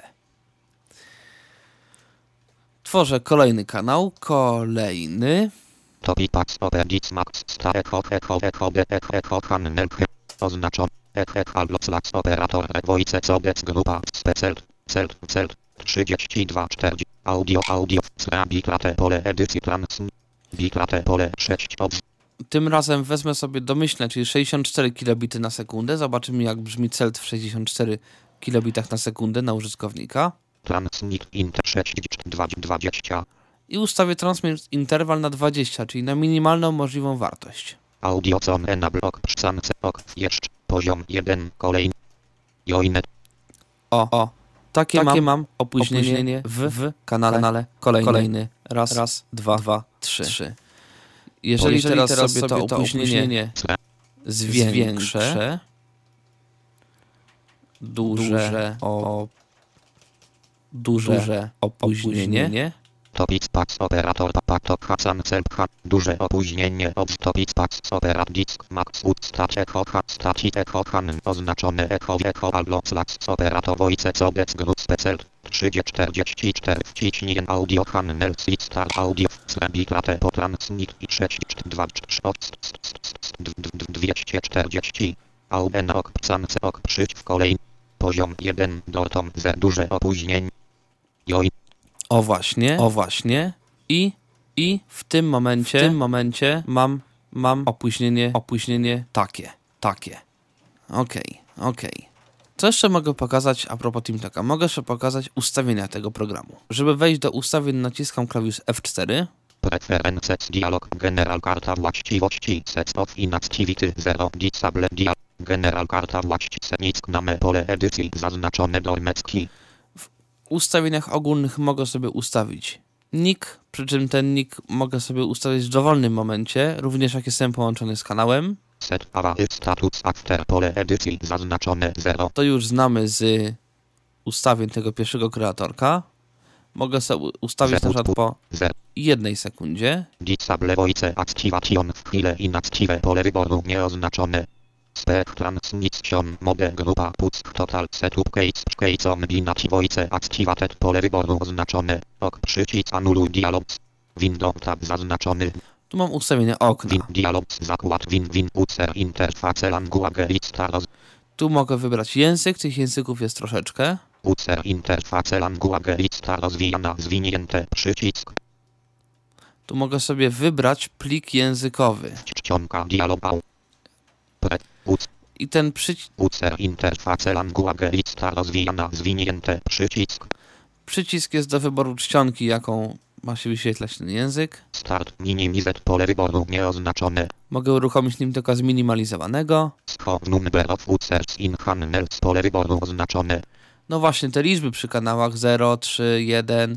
Tworzę kolejny kanał. Oznaczony. Operator voice codex grupa celt 32 40 audio bitrate pole edycji bitrate pole 6 Tym razem wezmę sobie domyślne, czyli 64 kilobity na sekundę. Zobaczymy, jak brzmi celt w 64 kilobitach na sekundę na użytkownika. Transmit inter 620. I ustawię transmit interval na 20, czyli na minimalną możliwą wartość. Audio con enable ok jeszcze poziom 1 kolejny. Joinet. Takie mam opóźnienie w kanale kolejny. Raz, dwa, trzy. Jeżeli teraz sobie to opóźnienie zwiększę, duże opóźnienie, Topic pax operator patok hasan celpha duże opóźnienie topic pax operat disk max ustać echo han oznaczone echo albo slash operator voice codex group specel 3044 wciśnij audio channel star audio bitrate po transmit i 240 audenok psance ok przycisk kolejny poziom 1 dotom ze duże opóźnienie. Joj. O właśnie. I w tym momencie mam opóźnienie takie. Okej. Co jeszcze mogę pokazać a propos TeamTalka? Mogę jeszcze pokazać ustawienia tego programu. Żeby wejść do ustawień, naciskam klawisz F4. Preferences dialog general karta właściwości sets of inactivity 0 disable dialog general karta właściwości name pole edycji zaznaczone dolmecki. W ustawieniach ogólnych mogę sobie ustawić nick, przy czym ten nick mogę sobie ustawić w dowolnym momencie, również jak jestem połączony z kanałem. Set status after pole edycji zaznaczone 0. To już znamy z ustawień tego pierwszego kreatorka. Mogę sobie ustawić na przykład po 1 sekundzie. Disable voice activation w chwilę inactive pole wyboru nieoznaczone. Spec transmission mode grupa push total setup case combinati voice activated pole wyboru oznaczone. OK przycisk anuluj dialogs. Window tab zaznaczony. Tu mam ustawienie okna. Dialogs zakład user interface language lista Tu mogę wybrać język, tych języków jest troszeczkę. User interface language lista rozwijana zwinięte przycisk. Tu mogę sobie wybrać plik językowy. Czcionka dialogu. I ten przycisk... User interface language lista rozwijana zwinięte przycisk. Przycisk jest do wyboru czcionki, jaką ma się wyświetlać ten język. Start minimize pole wyboru nieoznaczone. Mogę uruchomić nim tylko zminimalizowanego. Scope number of users in channels pole wyboru oznaczone. No właśnie, te liczby przy kanałach 0, 3, 1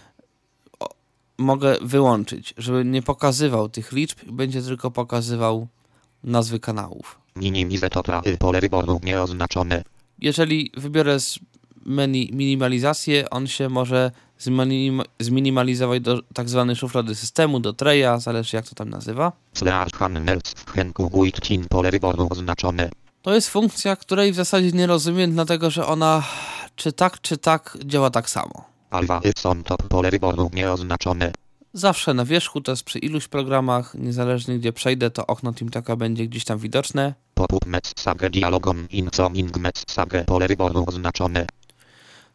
mogę wyłączyć, żeby nie pokazywał tych liczb, będzie tylko pokazywał nazwy kanałów. Minimize pole wyboru nieoznaczone. Jeżeli wybiorę z menu minimalizację, on się może zminimalizować do tak zwanej szuflady systemu, do treja, zależy jak to tam nazywa. Channels w henku uitcin pole wyboru oznaczone. To jest funkcja, której w zasadzie nie rozumiem, dlatego że ona czy tak działa tak samo. Alwa są top pole wyboru nieoznaczone. Zawsze na wierzchu, to jest przy iluś programach, niezależnie gdzie przejdę, to okno TeamTalka będzie gdzieś tam widoczne. Pop-up message dialogom incoming message pole wyboru oznaczone.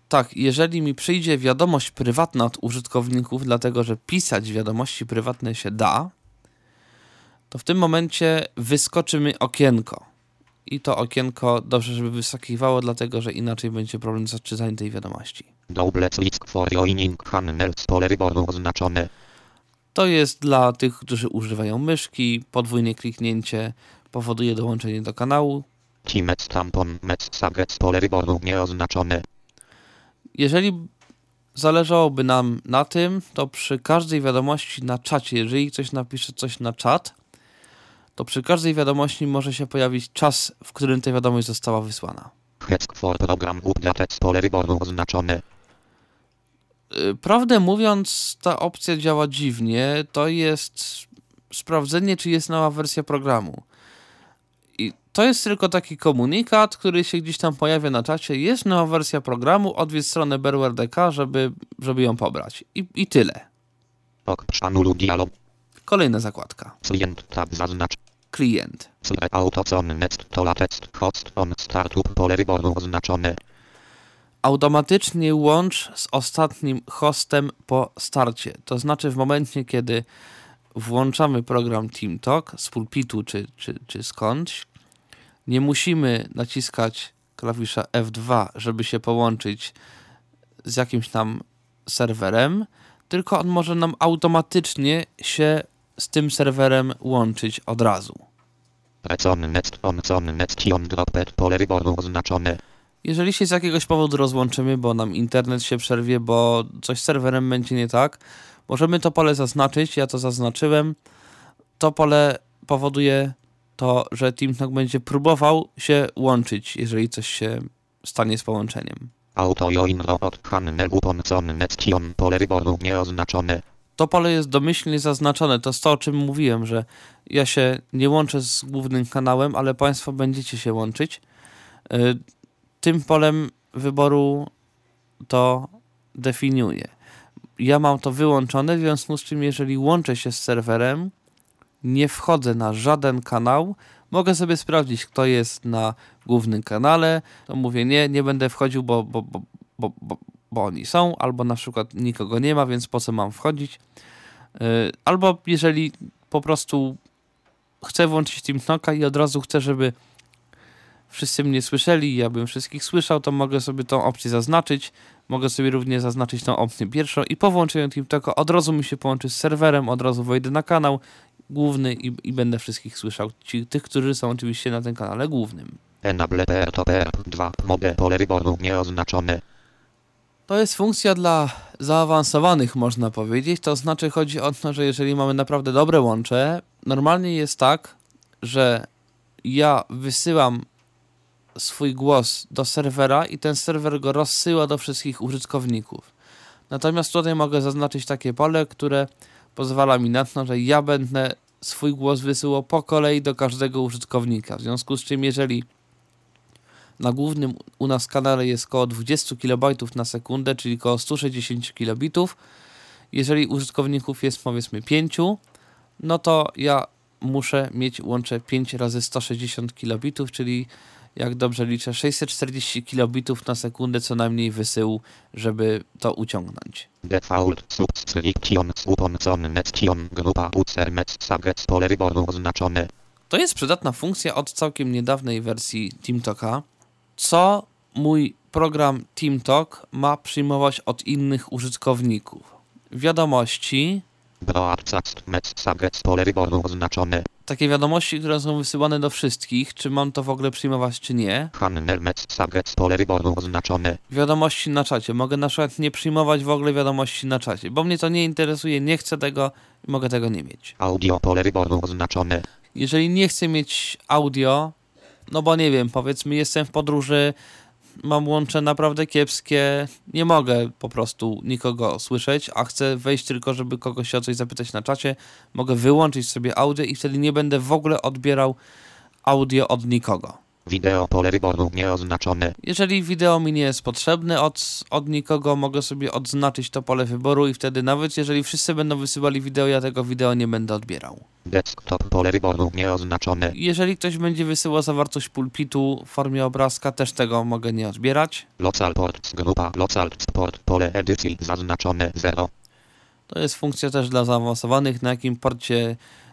Tak, jeżeli mi przyjdzie wiadomość prywatna od użytkowników, dlatego że pisać wiadomości prywatne się da, to w tym momencie wyskoczy mi okienko. I to okienko dobrze, żeby wyskakiwało, dlatego że inaczej będzie problem z odczytaniem tej wiadomości. Double click for joining channels, pole wyboru oznaczone. To jest dla tych, którzy używają myszki. Podwójne kliknięcie powoduje dołączenie do kanału. Teamet tampon met subject, pole wyboru nieoznaczone. Jeżeli zależałoby nam na tym, to przy każdej wiadomości na czacie, jeżeli ktoś napisze coś na czat, to przy każdej wiadomości może się pojawić czas, w którym ta wiadomość została wysłana. Heck for program updated, pole wyboru oznaczone. Prawdę mówiąc, ta opcja działa dziwnie. To jest sprawdzenie, czy jest nowa wersja programu. I to jest tylko taki komunikat, który się gdzieś tam pojawia na czacie. Jest nowa wersja programu, odwiedź stronę Berware.dk, żeby ją pobrać. I tyle. Ok, szanuluj dialog. Kolejna zakładka. Klient tab zaznacz. Klient. Autocon next to latest host on startup, pole wyboru oznaczone. Automatycznie łącz z ostatnim hostem po starcie. To znaczy w momencie, kiedy włączamy program TeamTalk z pulpitu czy skądś, nie musimy naciskać klawisza F2, żeby się połączyć z jakimś tam serwerem, tylko on może nam automatycznie się z tym serwerem łączyć od razu. Dropped, pole wyboru oznaczone. Jeżeli się z jakiegoś powodu rozłączymy, bo nam internet się przerwie, bo coś z serwerem będzie nie tak, możemy to pole zaznaczyć. Ja to zaznaczyłem. To pole powoduje to, że TeamTalk będzie próbował się łączyć, jeżeli coś się stanie z połączeniem. Auto join robot channel upon nation, pole wyboru nieoznaczone. To pole jest domyślnie zaznaczone. To jest to, o czym mówiłem, że ja się nie łączę z głównym kanałem, ale Państwo będziecie się łączyć. Tym polem wyboru to definiuje. Ja mam to wyłączone, w związku z czym jeżeli łączę się z serwerem, nie wchodzę na żaden kanał, mogę sobie sprawdzić, kto jest na głównym kanale, to mówię nie będę wchodził, bo oni są, albo na przykład nikogo nie ma, więc po co mam wchodzić. Albo jeżeli po prostu chcę włączyć TeamTalka i od razu chcę, żeby wszyscy mnie słyszeli, ja bym wszystkich słyszał, to mogę sobie tą opcję zaznaczyć. Mogę sobie również zaznaczyć tą opcję pierwszą i po włączeniu TeamTalka od razu mi się połączy z serwerem, od razu wejdę na kanał główny i będę wszystkich słyszał. Tych, którzy są oczywiście na tym kanale głównym. Enable PR to PR2, mode, pole wyboru nieoznaczone. To jest funkcja dla zaawansowanych, można powiedzieć. To znaczy chodzi o to, że jeżeli mamy naprawdę dobre łącze, normalnie jest tak, że ja wysyłam swój głos do serwera i ten serwer go rozsyła do wszystkich użytkowników. Natomiast tutaj mogę zaznaczyć takie pole, które pozwala mi na to, że ja będę swój głos wysyłał po kolei do każdego użytkownika. W związku z czym jeżeli na głównym u nas kanale jest około 20 kB na sekundę, czyli około 160 kilobitów, jeżeli użytkowników jest powiedzmy 5, no to ja muszę mieć łącze 5 razy 160 kilobitów, czyli jak dobrze liczę 640 kilobitów na sekundę co najmniej wysyłu, żeby to uciągnąć. Default subscription upon nation grupa ucermet subject, pole wyboru oznaczone. To jest przydatna funkcja od całkiem niedawnej wersji TeamTalka. Co mój program TeamTalk ma przyjmować od innych użytkowników? Wiadomości. Broadcast met subject, pole wyboru oznaczone. Takie wiadomości, które są wysyłane do wszystkich, czy mam to w ogóle przyjmować, czy nie. Channel met subject, pole wyboru oznaczone. Wiadomości na czacie. Mogę na przykład nie przyjmować w ogóle wiadomości na czacie, bo mnie to nie interesuje, nie chcę tego i mogę tego nie mieć. Audio, pole wyboru oznaczone. Jeżeli nie chcę mieć audio, no bo nie wiem, powiedzmy jestem w podróży, mam łącze naprawdę kiepskie, nie mogę po prostu nikogo słyszeć, a chcę wejść tylko, żeby kogoś się o coś zapytać na czacie, mogę wyłączyć sobie audio i wtedy nie będę w ogóle odbierał audio od nikogo. Wideo pole wyboru nieoznaczone. Jeżeli wideo mi nie jest potrzebne od nikogo, mogę sobie odznaczyć to pole wyboru i wtedy nawet jeżeli wszyscy będą wysyłali wideo, ja tego wideo nie będę odbierał. Desktop pole wyboru nieoznaczone. Jeżeli ktoś będzie wysyłał zawartość pulpitu w formie obrazka, też tego mogę nie odbierać. Local ports grupa local port pole edycji zaznaczone 0. To jest funkcja też dla zaawansowanych, na jakim porcie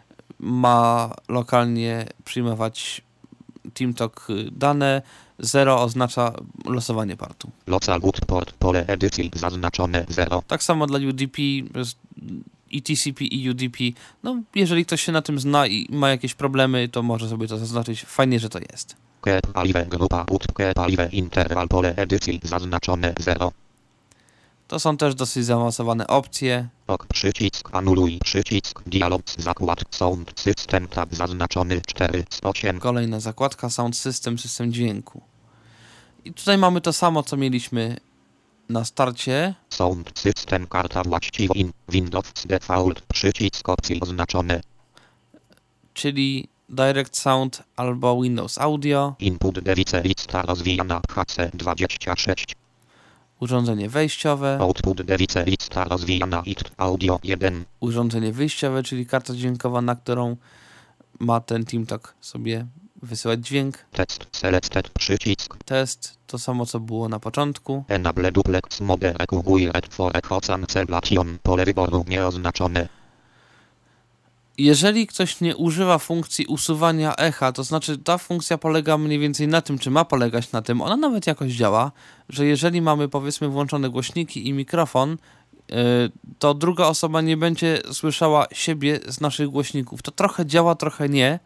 ma lokalnie przyjmować TeamTalk dane. 0 oznacza losowanie portu. Local port pole edycji zaznaczone 0. Tak samo dla UDP, i TCP i UDP. No, jeżeli ktoś się na tym zna i ma jakieś problemy, to może sobie to zaznaczyć. Fajnie, że to jest. Paliwe grupa paliwe interval pole edycji zaznaczone 0. To są też dosyć zaawansowane opcje. Przycisk anuluj, przycisk dialog, zakład sound system tab zaznaczony 4 z 8. Kolejna zakładka sound system, system dźwięku. I tutaj mamy to samo, co mieliśmy na starcie. Sound system karta właściwa Windows default, przycisk opcji oznaczone. Czyli Direct Sound albo Windows Audio. Input device lista rozwijana HC26. Urządzenie wejściowe. Output device lista rozwijana ICT audio 1. Urządzenie wyjściowe, czyli karta dźwiękowa, na którą ma ten TeamTalk sobie wysyłać dźwięk. Test selected przycisk. Test, to samo co było na początku. Enable duplex mode required for echo cancellation pole wyboru nieoznaczone. Jeżeli ktoś nie używa funkcji usuwania echa, to znaczy ta funkcja polega mniej więcej na tym, czy ma polegać na tym, ona nawet jakoś działa, że jeżeli mamy powiedzmy włączone głośniki i mikrofon, to druga osoba nie będzie słyszała siebie z naszych głośników. To trochę działa, trochę nie.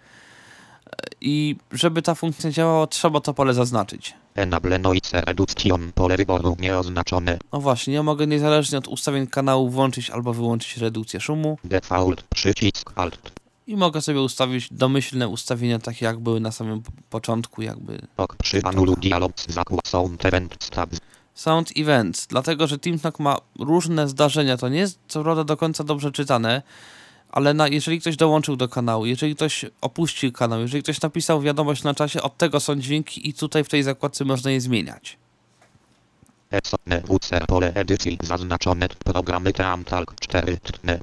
I żeby ta funkcja działała, trzeba to pole zaznaczyć. Enable noise reduction pole wyboru nieoznaczone. No właśnie, ja mogę niezależnie od ustawień kanału włączyć albo wyłączyć redukcję szumu. Default przycisk alt. I mogę sobie ustawić domyślne ustawienia, takie jak były na samym początku, jakby. Przy anulu dialog zakład sound event tab. Sound Events, dlatego że TeamTalk ma różne zdarzenia, to nie jest co prawda do końca dobrze czytane, ale jeżeli ktoś dołączył do kanału, jeżeli ktoś opuścił kanał, jeżeli ktoś napisał wiadomość na czasie, od tego są dźwięki i tutaj w tej zakładce można je zmieniać. WC pole edycji zaznaczone programy TeamTalk 4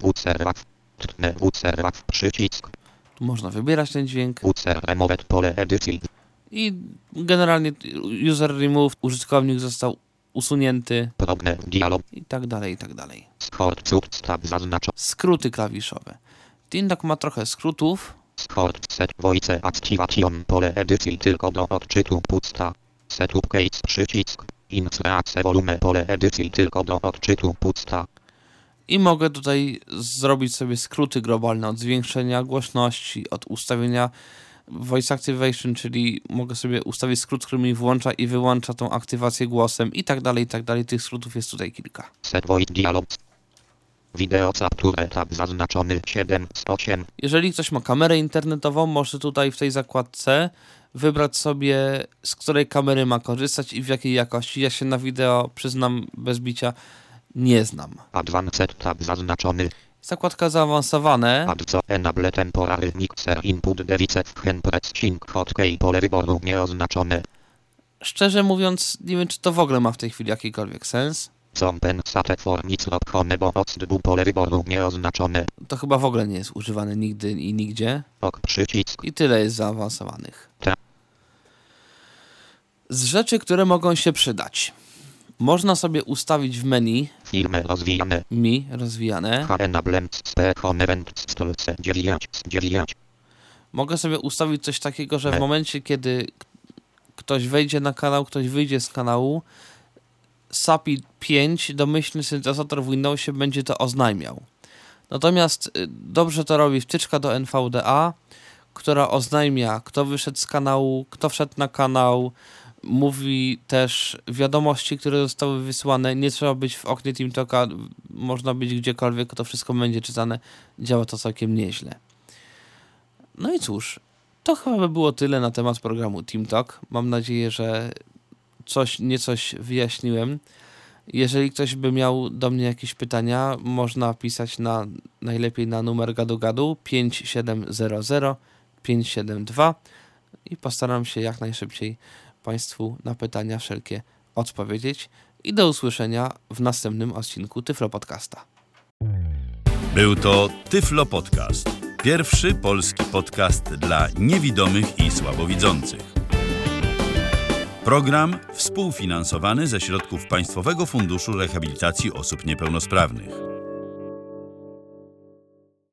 WC przycisk. Tu można wybierać ten dźwięk. WC remove pole edycji. I generalnie user remove, użytkownik został usunięty. Problem dialog. I tak dalej, i tak dalej. Skróty klawiszowe. TeamTalk ma trochę skrótów. Skort set voice activation pole edycji tylko do odczytu pusta. Setup case przycisk. Insert volume pole edycji tylko do odczytu pusta. I mogę tutaj zrobić sobie skróty globalne od zwiększenia głośności, od ustawienia Voice Activation, czyli mogę sobie ustawić skrót, który mi włącza i wyłącza tą aktywację głosem i tak dalej, i tak dalej. Tych skrótów jest tutaj kilka. Set voice dialog. Wideo capture tab zaznaczony 7 z 8. Jeżeli ktoś ma kamerę internetową, może tutaj w tej zakładce wybrać sobie, z której kamery ma korzystać i w jakiej jakości. Ja się na wideo, przyznam bez bicia, nie znam. Advanced tab zaznaczony. Zakładka zaawansowane. Adco enable temporary mixer input device pressing hotkey pole wyboru nieoznaczone. Szczerze mówiąc, nie wiem, czy to w ogóle ma w tej chwili jakikolwiek sens. Compensate for microp honebo odstbu pole wyboru nieoznaczone. To chyba w ogóle nie jest używane nigdy i nigdzie. Przycisk. I tyle jest zaawansowanych. Z rzeczy, które mogą się przydać. Można sobie ustawić w menu Filmy rozwijane. rozwijane. Mogę sobie ustawić coś takiego, że w momencie, kiedy ktoś wejdzie na kanał, ktoś wyjdzie z kanału, SAPI 5, domyślny syntezator w Windowsie, będzie to oznajmiał. Natomiast dobrze to robi wtyczka do NVDA, która oznajmia, kto wyszedł z kanału, kto wszedł na kanał. Mówi też wiadomości, które zostały wysłane. Nie trzeba być w oknie TeamTalka, można być gdziekolwiek, to wszystko będzie czytane. Działa to całkiem nieźle. No i cóż, to chyba by było tyle na temat programu TeamTalk. Mam nadzieję, że coś wyjaśniłem. Jeżeli ktoś by miał do mnie jakieś pytania, można pisać najlepiej na numer gadu 5700 572. i postaram się jak najszybciej Państwu na pytania wszelkie odpowiedzieć. I do usłyszenia w następnym odcinku Tyflo Podcasta. Był to Tyflo Podcast. Pierwszy polski podcast dla niewidomych i słabowidzących. Program współfinansowany ze środków Państwowego Funduszu Rehabilitacji Osób Niepełnosprawnych.